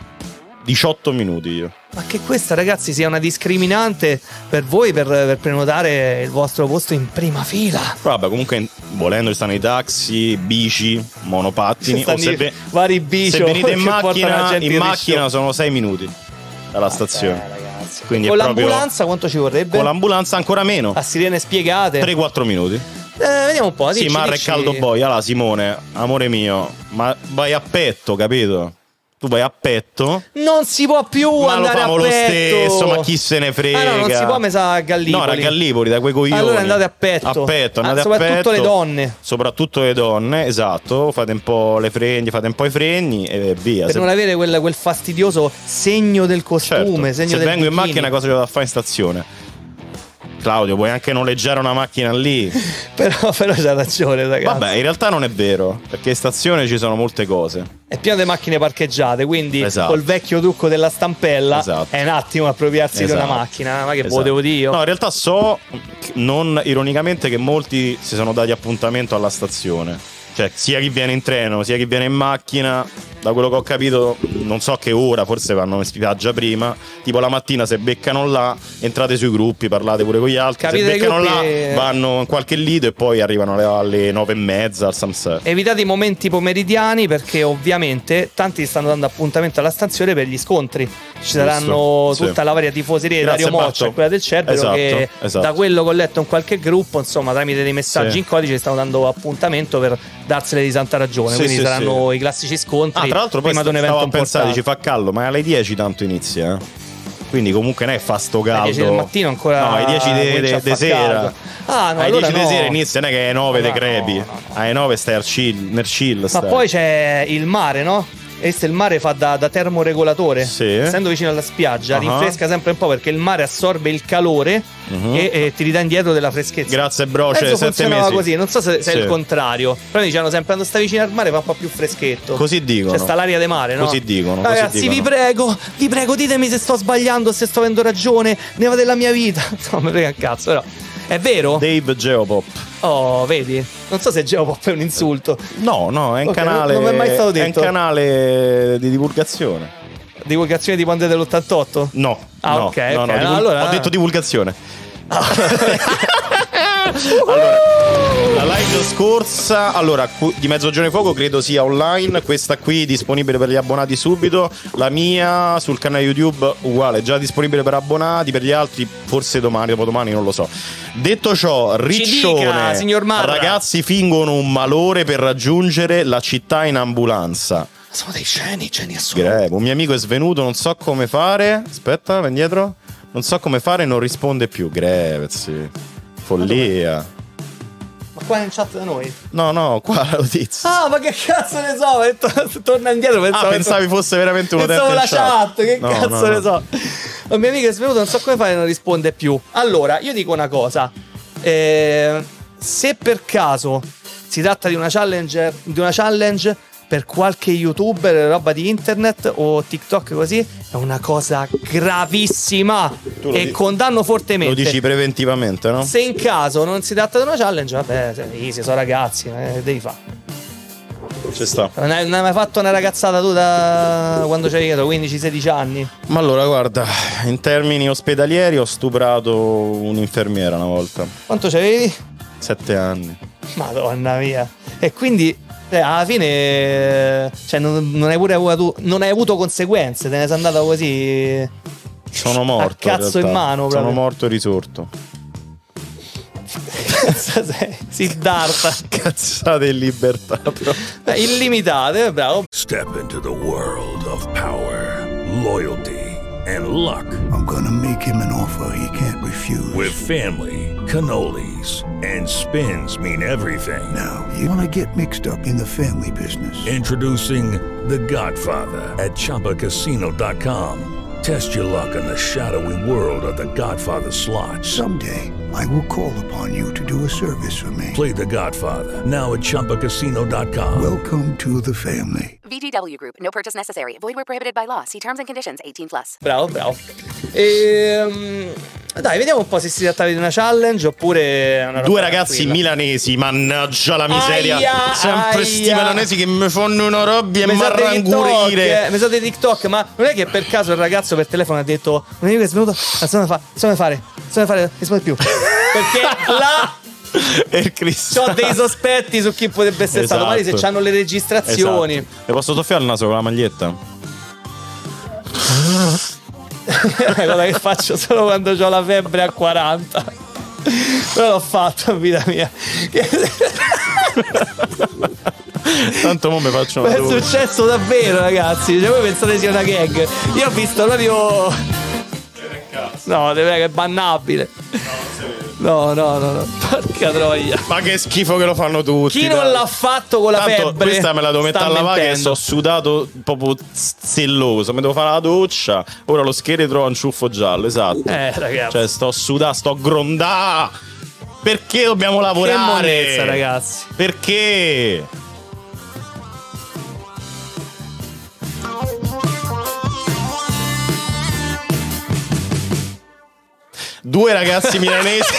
18 minuti io. Ma che questa, ragazzi, sia una discriminante per voi per prenotare il vostro posto in prima fila. Vabbè, comunque volendo ci stanno i taxi, bici, monopattini. Vari bici. Se venite in macchina sono 6 minuti. dalla stazione. Ragazzi. Quindi Con è proprio... l'ambulanza quanto ci vorrebbe? Con l'ambulanza ancora meno. A sirene spiegate? 3-4 minuti. Vediamo un po'. Sì, Marra e Caldo Boy. Allora, Simone, amore mio, ma vai a petto, capito? Tu vai a petto. Non si può più ma andare lo famo a lo petto. stesso, ma chi se ne frega? No, non si può, mi sa a Gallipoli. No, era a Gallipoli, da quei coglioni. Allora andate a petto. A petto, andate a soprattutto petto. le donne. Soprattutto le donne, esatto. Fate un po' le fregni, fate un po' i fregni e via. Per non avere quel fastidioso segno del costume, segno se del vengo in bikini. macchina, cosa c'ho da fare in stazione? Claudio, puoi anche noleggiare una macchina lì. però c'ha ragione, ragazzi. Vabbè, in realtà non è vero, perché in stazione ci sono molte cose. È pieno di macchine parcheggiate, quindi Esatto. col vecchio trucco della stampella Esatto. è un attimo appropriarsi di una macchina. Ma che devo dire io? No, in realtà so, non ironicamente, che molti si sono dati appuntamento alla stazione. Cioè, sia chi viene in treno, sia chi viene in macchina. Da quello che ho capito, non so che ora, forse vanno in spiaggia prima. Tipo la mattina se beccano là, entrate sui gruppi, parlate pure con gli altri. Capite, se beccano là, gruppi... vanno in qualche lido e poi arrivano alle 9:30 al sunset. Evitate i momenti pomeridiani, perché ovviamente tanti stanno dando appuntamento alla stazione per gli scontri. Ci saranno sì. tutta la varia tifoseria di Dario Moccia e quella del Cerbero, che da quello che ho letto in qualche gruppo, insomma, tramite dei messaggi in codice stanno dando appuntamento per darsene di santa ragione. Sì, quindi sì, saranno i classici scontri. Tra l'altro poi prima di un evento stavo a pensare, importante. ci fa caldo, ma alle 10 tanto inizia, quindi comunque non è fa sto caldo. Alle 10 del mattino ancora. No, alle 10 di sera. Ah, no, alle allora 10 no. di sera inizia, non è che alle 9 te crepi. Alle 9 stai nel chill. Ma stai. poi c'è il mare, no? E se il mare fa da termoregolatore, essendo vicino alla spiaggia, rinfresca sempre un po', perché il mare assorbe il calore e ti ridà indietro della freschezza. Grazie, broce. Penso 7 funzionava mesi. così, non so se è il contrario. Però dicevano sempre quando stai vicino al mare fa un po' più freschetto. Così dicono. C'è sta l'aria di mare, no? Così dicono. Ragazzi, così dicono. vi prego, ditemi se sto sbagliando, se sto avendo ragione. Ne va della mia vita. No, mi frega un cazzo, però. È vero? Dave Geopop. Oh, vedi? Non so se Geopop è un insulto. No, è un canale. Non mi è mai stato detto. È un canale di divulgazione. Divulgazione di Ponte dell'88? No. Ah, no, ok. no, Okay. no, Allora... ho detto divulgazione. Allora, la live scorsa, di Mezzogiorno Fuoco credo sia online. Questa qui disponibile per gli abbonati subito. La mia sul canale YouTube uguale, già disponibile per abbonati. Per gli altri forse domani, dopodomani, non lo so. Detto ciò, Riccione, dica, signor Marra. ragazzi fingono un malore per raggiungere la città in ambulanza. Sono dei geni assoluti. Greve. Un mio amico è svenuto, non so come fare. Aspetta, vai indietro. Non so come fare, non risponde più. Greve, sì. Follia. Ma qua in chat da noi? No, qua la notizia. Ah, ma che cazzo ne so? Torna indietro. Pensavi fosse veramente un utente pensavo in la chat. Che No, cazzo no. ne so? Un mio amico è svenuto, non so come fare, non risponde più. Allora, io dico una cosa. Se per caso si tratta di una challenge per qualche youtuber, roba di internet o TikTok così, è una cosa gravissima e condanno fortemente. Lo dici preventivamente, no? Se in caso non si tratta di una challenge, vabbè, easy, sono ragazzi, devi fare. Ci sta. Non hai mai fatto una ragazzata tu da quando c'eri 15-16 anni? Ma allora, guarda, in termini ospedalieri ho stuprato un'infermiera una volta. Quanto c'avevi? 7 anni. Madonna mia. E quindi alla fine non hai avuto conseguenze, te ne sei andata così. Sono morto. A cazzo in mano, proprio. Sono morto e risorto. Siddhartha. Cazzate in libertà. Illimitate, bravo. Step into the world of power, loyalty, and luck. I'm gonna make him an offer he can't refuse. With family, cannolis, and spins mean everything. Now, you wanna get mixed up in the family business. Introducing The Godfather at ChumbaCasino.com. Test your luck in the shadowy world of The Godfather slot. Someday, I will call upon you to do a service for me. Play The Godfather now at ChumbaCasino.com. Welcome to the family. VGW Group. No purchase necessary. Void where prohibited by law. See terms and conditions. 18+. Bravo. Dai, vediamo un po' se si trattava di una challenge oppure una roba. Due ragazzi tranquilla. milanesi, mannaggia la miseria. Sempre sti aia. milanesi che mi fanno una roba e Mi mi sa dei arrangurire. mi sa di TikTok, ma non è che per caso il ragazzo per telefono ha detto un amico è svenuto, non fare, rispondi più. Perché là c'ho dei sospetti su chi potrebbe essere stato. Magari se c'hanno le registrazioni. Esatto. Le posso soffiare il naso con la maglietta? È una cosa che faccio solo quando ho la febbre a 40. Però l'ho fatto in vita mia. Tanto mo mi faccio una Ma è doccia. successo davvero, ragazzi. Cioè, voi pensate sia una gag? Io ho visto proprio. No, è bannabile. No. Porca troia. Ma che schifo che lo fanno tutti. Chi non l'ha fatto con la Tanto febbre? questa me la devo mettere a lavare, che sto sudato proprio zelloso. Mi devo fare la doccia. Ora lo scheletro ha un ciuffo giallo, esatto. Ragazzi. Cioè sto sudando, sto grondà. Perché dobbiamo lavorare? Che monnezza, ragazzi. Perché? Due ragazzi milanesi.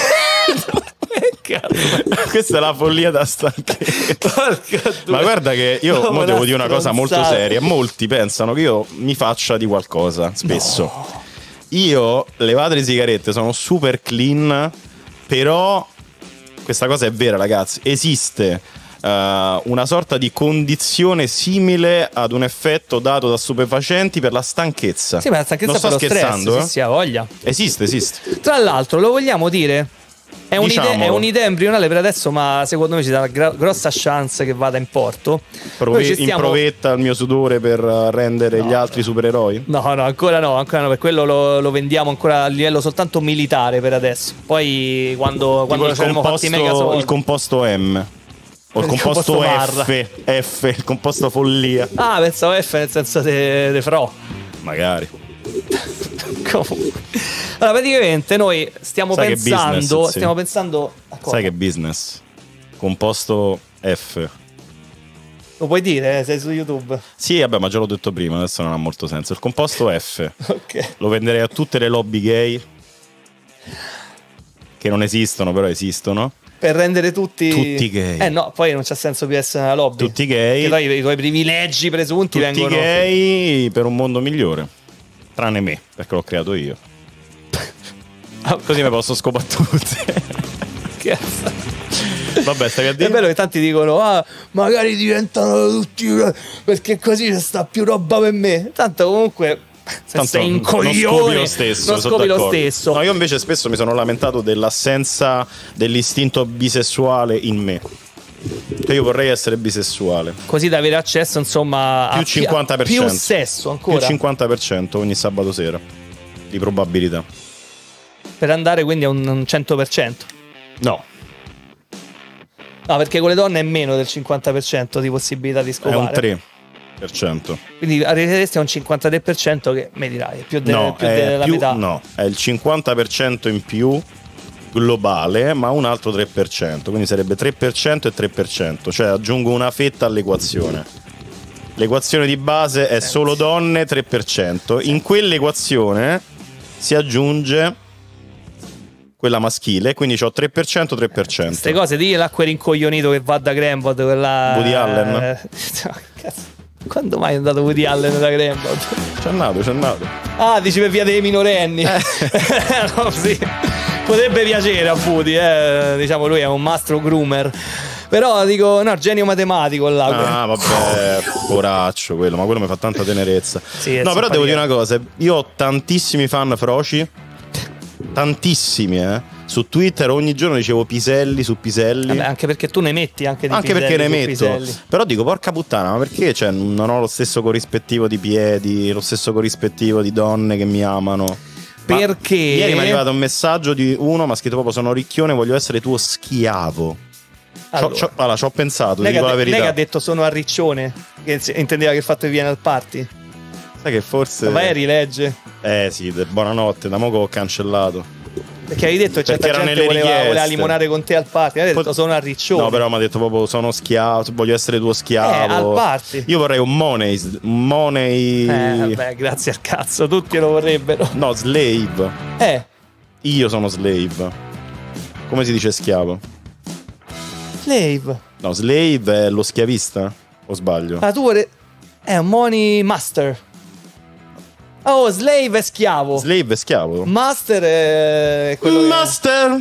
Questa è la follia da stanchezza. Ma guarda che io mo devo dire una cosa molto seria. Molti pensano che io mi faccia di qualcosa spesso. No. Io levate le sigarette, sono super clean. Però questa cosa è vera, ragazzi. Esiste una sorta di condizione simile ad un effetto dato da stupefacenti per la stanchezza. Sì, ma la stanchezza non sto per lo scherzando, stress, si ha voglia. Esiste. Tra l'altro, lo vogliamo dire? È un'idea embrionale per adesso, ma secondo me ci dà una grossa chance che vada in porto. In provetta il mio sudore per rendere gli altri supereroi? No, ancora no, per quello lo vendiamo ancora a livello soltanto militare per adesso. Poi quando il composto M. O il composto F, il composto follia. Ah, pensavo F nel senso de fro. Magari. Comunque. Allora, praticamente noi stiamo pensando a cosa? Sai che business? Composto F. Lo puoi dire? Sei su YouTube? Sì, vabbè, ma già l'ho detto prima, adesso non ha molto senso. Il composto F. Ok. Lo venderei a tutte le lobby gay. Che non esistono, però esistono. Per rendere tutti gay. No, poi non c'ha senso più essere una lobby. Tutti gay. Che poi i tuoi privilegi presunti tutti vengono. Tutti gay per un mondo migliore. Tranne me, perché l'ho creato io. Così mi posso scopare tutti. Vabbè, stai a dire. È bello che tanti dicono: magari diventano tutti, perché così ci sta più roba per me. Tanto comunque sei in coglione, non scopi lo stesso. No, io invece spesso mi sono lamentato dell'assenza dell'istinto bisessuale in me. Che io vorrei essere bisessuale. Così da avere accesso, insomma, più 50%. Più sesso ancora. Più 50% ogni sabato sera di probabilità. Per andare quindi a un 100%. No. No, perché con le donne è meno del 50% di possibilità di scopare. È un 3%. Quindi arriveresti a un 53% che mi dirai, più della metà. No, è il 50% in più globale, ma un altro 3%. Quindi sarebbe 3% e 3%. Cioè aggiungo una fetta all'equazione. L'equazione di base è solo donne, 3%. In quell'equazione si aggiunge quella maschile, quindi c'ho 3%, 3%. Queste cose, digli l'acqua rincoglionito che va da Grambot, quella Woody Allen. Quando mai è andato Woody Allen da Grambot? C'è andato. Ah, dici per via dei minorenni. No, sì. Potrebbe piacere a Woody, diciamo lui è un mastro groomer. Però dico, no, genio matematico là. Ah, vabbè, poraccio quello, ma quello mi fa tanta tenerezza. Sì, no, però devo dire una cosa, io ho tantissimi fan froci. Tantissimi, su Twitter ogni giorno dicevo Piselli su Piselli. Vabbè, anche perché tu ne metti anche perché ne metto. Piselli. Però dico, porca puttana, ma perché non ho lo stesso corrispettivo di piedi, lo stesso corrispettivo di donne che mi amano? Perché ieri mi è arrivato un messaggio di uno, mi ha scritto proprio: sono ricchione, voglio essere tuo schiavo. Allora, ci ho pensato, ti dico la verità. Lei che ha detto sono a riccione, che intendeva che il fatto che viene al party. Sai che forse. Ma rilegge? Sì, buonanotte, da mo' che ho cancellato. Perché avevi detto che certa gente voleva limonare con te al party. Hai detto sono a riccione. No, però mi ha detto proprio sono schiavo, voglio essere tuo schiavo. Al party. Io vorrei un money. Vabbè, grazie al cazzo, tutti lo vorrebbero. No, slave. Io sono slave. Come si dice schiavo? Slave. No, slave è lo schiavista? O sbaglio? Ah, tu vorrei. È un money master. Oh, slave è schiavo. Slave è schiavo. Master è quello Master.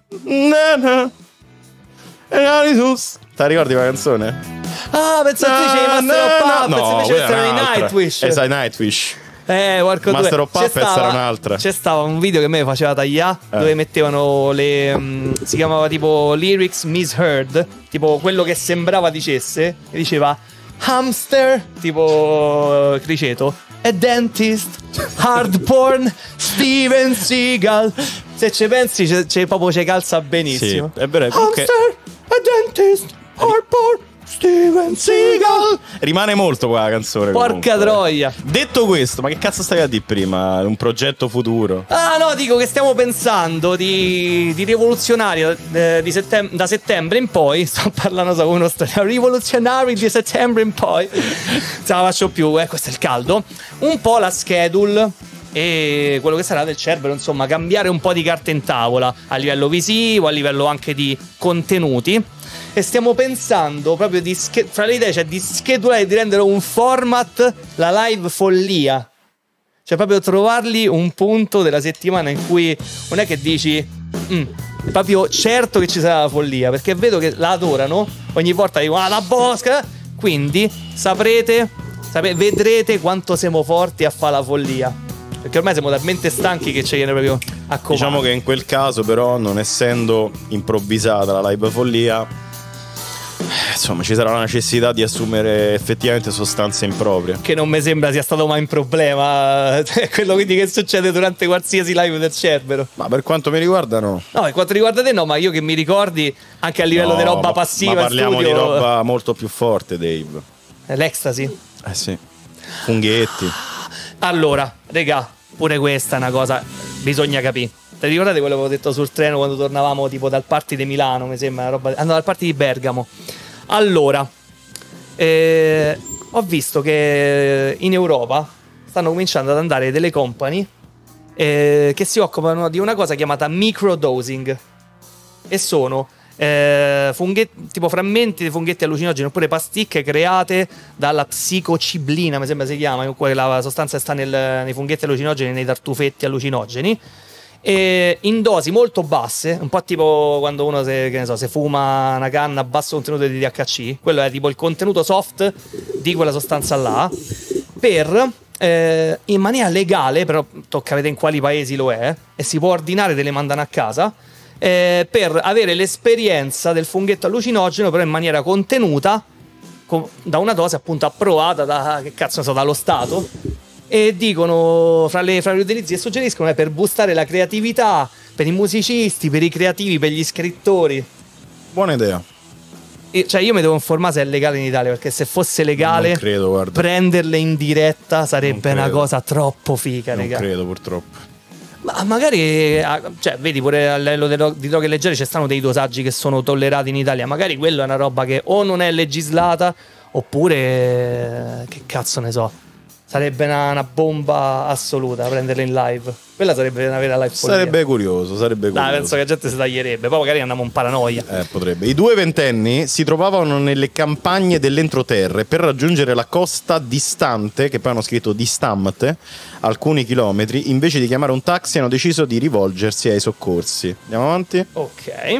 Ti ricordi la canzone? Ah, pensavo che dicevi Master of Puppets, invece questi erano i Nightwish. Esatto, i Nightwish. Porco Master due. of Puppets era un'altra. C'è stava un video che me faceva tagliare dove mettevano le si chiamava tipo lyrics misheard, tipo quello che sembrava dicesse e diceva hamster, tipo criceto, a dentist, hardporn, Steven Seagal. Se ci pensi proprio ci calza benissimo. Sì, è vero. Hamster, a dentist, hardporn, Steven Seagal. Rimane molto qua la canzone. Porca comunque. troia. Detto questo, ma che cazzo stavi a dire prima? Un progetto futuro? Ah no, dico che stiamo pensando di rivoluzionario da settembre in poi. Sto parlando come uno rivoluzionario di settembre in poi. Se la faccio più, questo è il caldo. Un po' la schedule e quello che sarà del Cerbero, insomma, cambiare un po' di carte in tavola a livello visivo, a livello anche di contenuti. E stiamo pensando proprio fra le idee c'è di schedulare e di rendere un format la live follia. Cioè proprio trovarli un punto della settimana in cui non è che dici è proprio certo che ci sarà la follia, perché vedo che la adorano. Ogni volta dicono la bosca. Quindi vedrete quanto siamo forti a fare la follia, perché ormai siamo talmente stanchi che ci viene proprio a comando. Diciamo che in quel caso però, non essendo improvvisata la live follia, insomma ci sarà la necessità di assumere effettivamente sostanze improprie, che non mi sembra sia stato mai un problema. Quello quindi che succede durante qualsiasi live del Cerbero. Ma per quanto mi riguarda no. No, per quanto riguarda te no, ma io che mi ricordi anche a livello di roba passiva. Ma parliamo in studio, di roba molto più forte, Dave. L'ecstasy? Sì. Funghetti. Allora, regà, pure questa è una cosa bisogna capire. Ti ricordate quello che avevo detto sul treno quando tornavamo tipo dal party di Milano, mi sembra, dal party di Bergamo. Allora, ho visto che in Europa stanno cominciando ad andare delle company che si occupano di una cosa chiamata microdosing, e sono tipo frammenti di funghetti allucinogeni oppure pasticche create dalla psicociblina, mi sembra si chiama, quella sostanza che sta nei funghetti allucinogeni, nei tartufetti allucinogeni, e in dosi molto basse, un po' tipo quando uno se fuma una canna a basso contenuto di THC. Quello è tipo il contenuto soft di quella sostanza là, per in maniera legale, però tocca vedere in quali paesi lo è, e si può ordinare, te le mandano a casa, per avere l'esperienza del funghetto allucinogeno però in maniera contenuta, da una dose appunto approvata dallo Stato. E dicono fra gli utilizzi che suggeriscono è per boostare la creatività, per i musicisti, per i creativi, per gli scrittori. Buona idea. Cioè io mi devo informare se è legale in Italia, perché se fosse legale non credo, guarda, prenderle in diretta sarebbe una cosa troppo figa, non raga. credo purtroppo. Ma magari, cioè, vedi, pure a livello di droghe leggere ci stanno dei dosaggi che sono tollerati in Italia. Magari quello è una roba che o non è legislata, oppure che cazzo ne so. Sarebbe una bomba assoluta prenderla in live. Quella sarebbe una vera live follia. Sarebbe curioso. Dai, penso che la gente si taglierebbe. Poi magari andiamo in paranoia. Potrebbe. I due ventenni si trovavano nelle campagne dell'entroterra e per raggiungere la costa distante, che poi hanno scritto distante, alcuni chilometri, invece di chiamare un taxi hanno deciso di rivolgersi ai soccorsi. Andiamo avanti. Ok.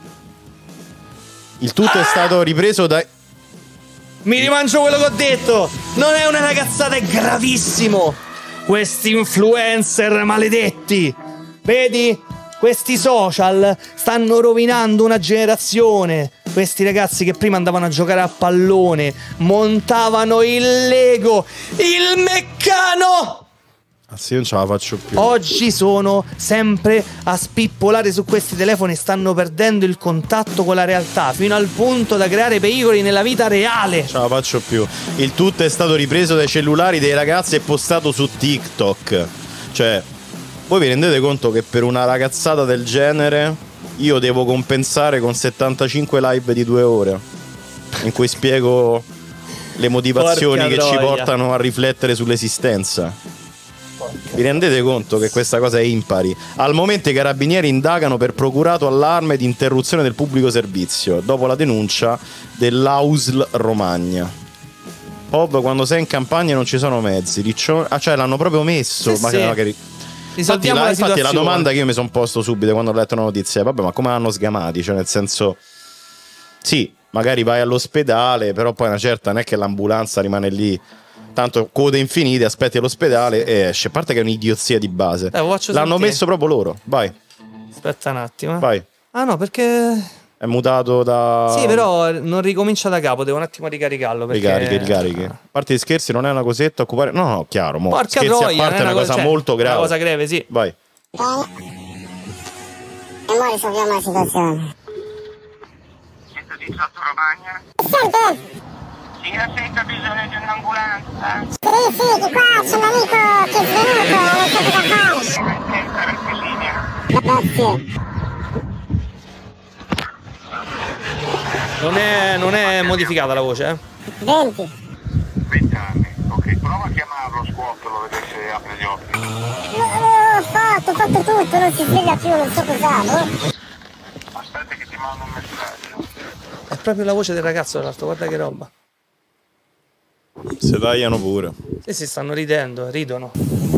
Il tutto è stato ripreso da... Mi rimangio quello che ho detto. Non è una ragazzata, è gravissimo. Questi influencer maledetti, vedi? Questi social stanno rovinando una generazione. Questi ragazzi che prima andavano a giocare a pallone, montavano il Lego, il meccano. Ah sì, non ce la faccio più. Oggi sono sempre a spippolare su questi telefoni e stanno perdendo il contatto con la realtà, fino al punto da creare pericoli nella vita reale. Non ce la faccio più. Il tutto è stato ripreso dai cellulari dei ragazzi e postato su TikTok. Cioè, voi vi rendete conto che per una ragazzata del genere io devo compensare con 75 live di 2 ore in cui spiego le motivazioni che ci portano a riflettere sull'esistenza? Vi rendete conto che questa cosa è impari? Al momento i carabinieri indagano per procurato allarme di interruzione del pubblico servizio dopo la denuncia dell'AUSL Romagna. Pop, quando sei in campagna non ci sono mezzi. Cioè l'hanno proprio messo. Sì, sì. Infatti la domanda che io mi sono posto subito quando ho letto la notizia è: vabbè, ma come l'hanno sgamati? Cioè, nel senso, sì, magari vai all'ospedale, però poi una certa non è che l'ambulanza rimane lì tanto code infinite, aspetti all'ospedale e esce. A parte che è un'idiozia di base. L'hanno sentire. messo proprio loro. Vai. Aspetta un attimo. Vai. Ah no, perché è mutato da... Sì, però non ricomincia da capo, devo un attimo ricaricarlo perché... Ricarichi. A parte gli scherzi, non è una cosetta occupare... No, chiaro, mo. Porca scherzi troia, a parte è una cosa molto grave. Una cosa grave, sì. Vai. E ora risolviamo la situazione. 118 Romagna. Sente? Sì, sento bisogno di un'ambulanza. Sì, di qua c'è un amico che è svenuto, non so cosa fare. Grazie. Non è modificata la voce, 20. 20 anni. Ok, prova a chiamarlo, scuotolo, vedere se apre gli occhi. Ho fatto tutto, non si sveglia più, non so cos'ha. Aspetta che ti mando un messaggio. È proprio la voce del ragazzo dall'alto, guarda che roba. Se tagliano pure. E si stanno ridendo, ridono.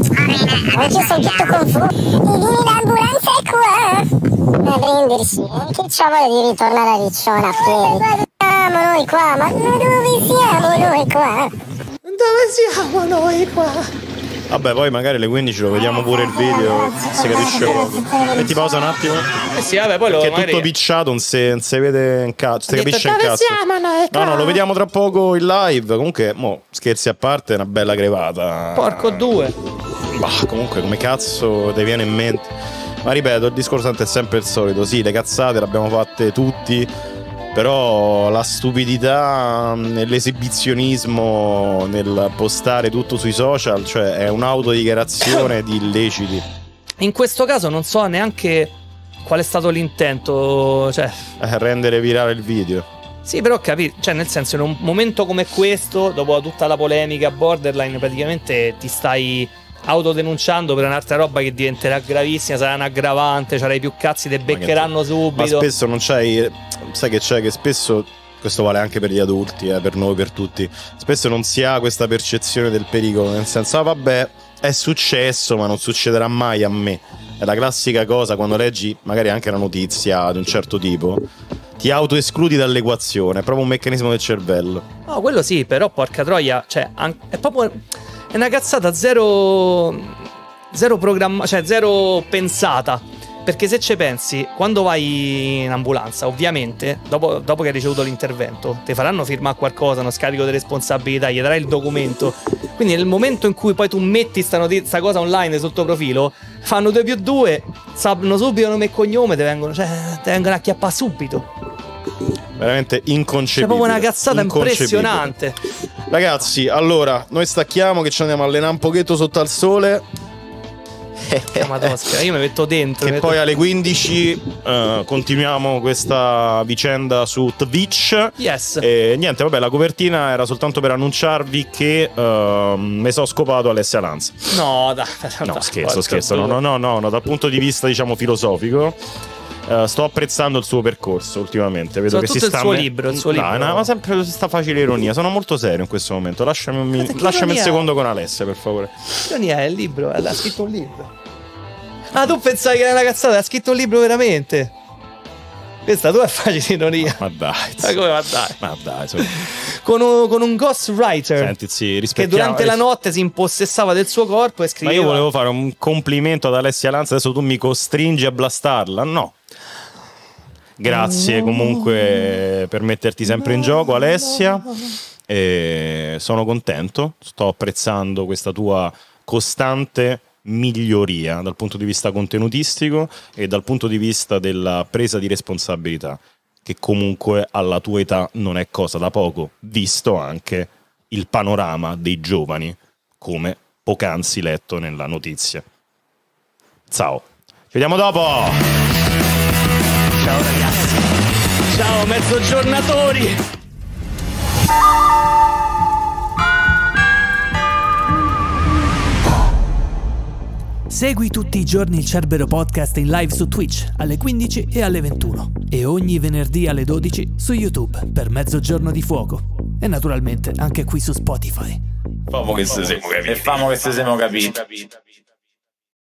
Oggi sono tutto confuso. L'ambulanza è qua. A prenderci. Che c'ho voglia di ritornare a Riccione a piedi. Siamo noi qua, ma dove siamo noi qua? Dove siamo noi qua? Vabbè, poi magari alle 15 lo vediamo pure il video, si capisce poco. Metti pausa un attimo. Sì, vabbè, poi perché lo è tutto magari... picciato, non si vede in cazzo, si capisce in cazzo. No, lo vediamo tra poco in live. Comunque, mo, scherzi a parte, è una bella crevata. Porco due. Bah, comunque, come cazzo ti viene in mente? Ma ripeto, il discorso è sempre il solito. Sì, le cazzate le abbiamo fatte tutti, però la stupidità nell'esibizionismo, nel postare tutto sui social, cioè è un'autodichiarazione di illeciti. In questo caso non so neanche qual è stato l'intento, cioè rendere virale il video. Sì, però capito, cioè nel senso, in un momento come questo, dopo tutta la polemica borderline, praticamente ti stai autodenunciando per un'altra roba che diventerà gravissima, sarà un aggravante, c'hai più cazzi, te beccheranno subito. Ma spesso non c'hai, sai che c'è, che spesso, questo vale anche per gli adulti, per noi, per tutti, spesso non si ha questa percezione del pericolo, nel senso, vabbè, è successo ma non succederà mai a me. È la classica cosa quando leggi magari anche una notizia di un certo tipo, ti autoescludi dall'equazione, è proprio un meccanismo del cervello. No, quello sì, però porca troia, cioè è proprio... È una cazzata zero programma, cioè zero pensata. Perché se ci pensi, quando vai in ambulanza, ovviamente, dopo che hai ricevuto l'intervento, ti faranno firmare qualcosa, uno scarico di responsabilità, gli darai il documento. Quindi nel momento in cui poi tu metti sta cosa online sul tuo profilo, fanno 2+2, sanno subito nome e cognome, te vengono a chiappare subito. Veramente inconcepibile. È proprio una cazzata impressionante. Ragazzi, allora, noi stacchiamo che ci andiamo a allenare un pochetto sotto al sole. Madosca, io mi metto dentro. E poi alle 15 continuiamo questa vicenda su Twitch. Yes. E niente, vabbè, la copertina era soltanto per annunciarvi che mi sono scopato Alessia Lanza. No, dai. No, scherzo. No, dal punto di vista, diciamo, filosofico. Sto apprezzando il suo percorso ultimamente. Vedo che si sta. Il suo libro. Ma sempre questa facile ironia. Sono molto serio in questo momento. Lasciami il secondo con Alessia, per favore. Ironia è il libro, ha scritto un libro. Ah, tu pensavi che era una cazzata? Ha scritto un libro veramente? Questa tua è facile ironia. Ma dai. Ma come va dai? Ma dai. Con un ghostwriter. Senti, che durante la notte si impossessava del suo corpo e scriveva. Ma io volevo fare un complimento ad Alessia Lanza. Adesso tu mi costringi a blastarla. No. Grazie comunque per metterti sempre in gioco, Alessia. E sono contento. Sto apprezzando questa tua costante miglioria dal punto di vista contenutistico e dal punto di vista della presa di responsabilità, che comunque alla tua età non è cosa da poco, visto anche il panorama dei giovani, come poc'anzi letto nella notizia. Ciao, ci vediamo dopo. Ciao ragazzi. Ciao mezzogiornatori. Segui tutti i giorni il Cerbero Podcast in live su Twitch alle 15 e alle 21 e ogni venerdì alle 12 su YouTube per Mezzogiorno di Fuoco e naturalmente anche qui su Spotify. Famo che se siamo capiti.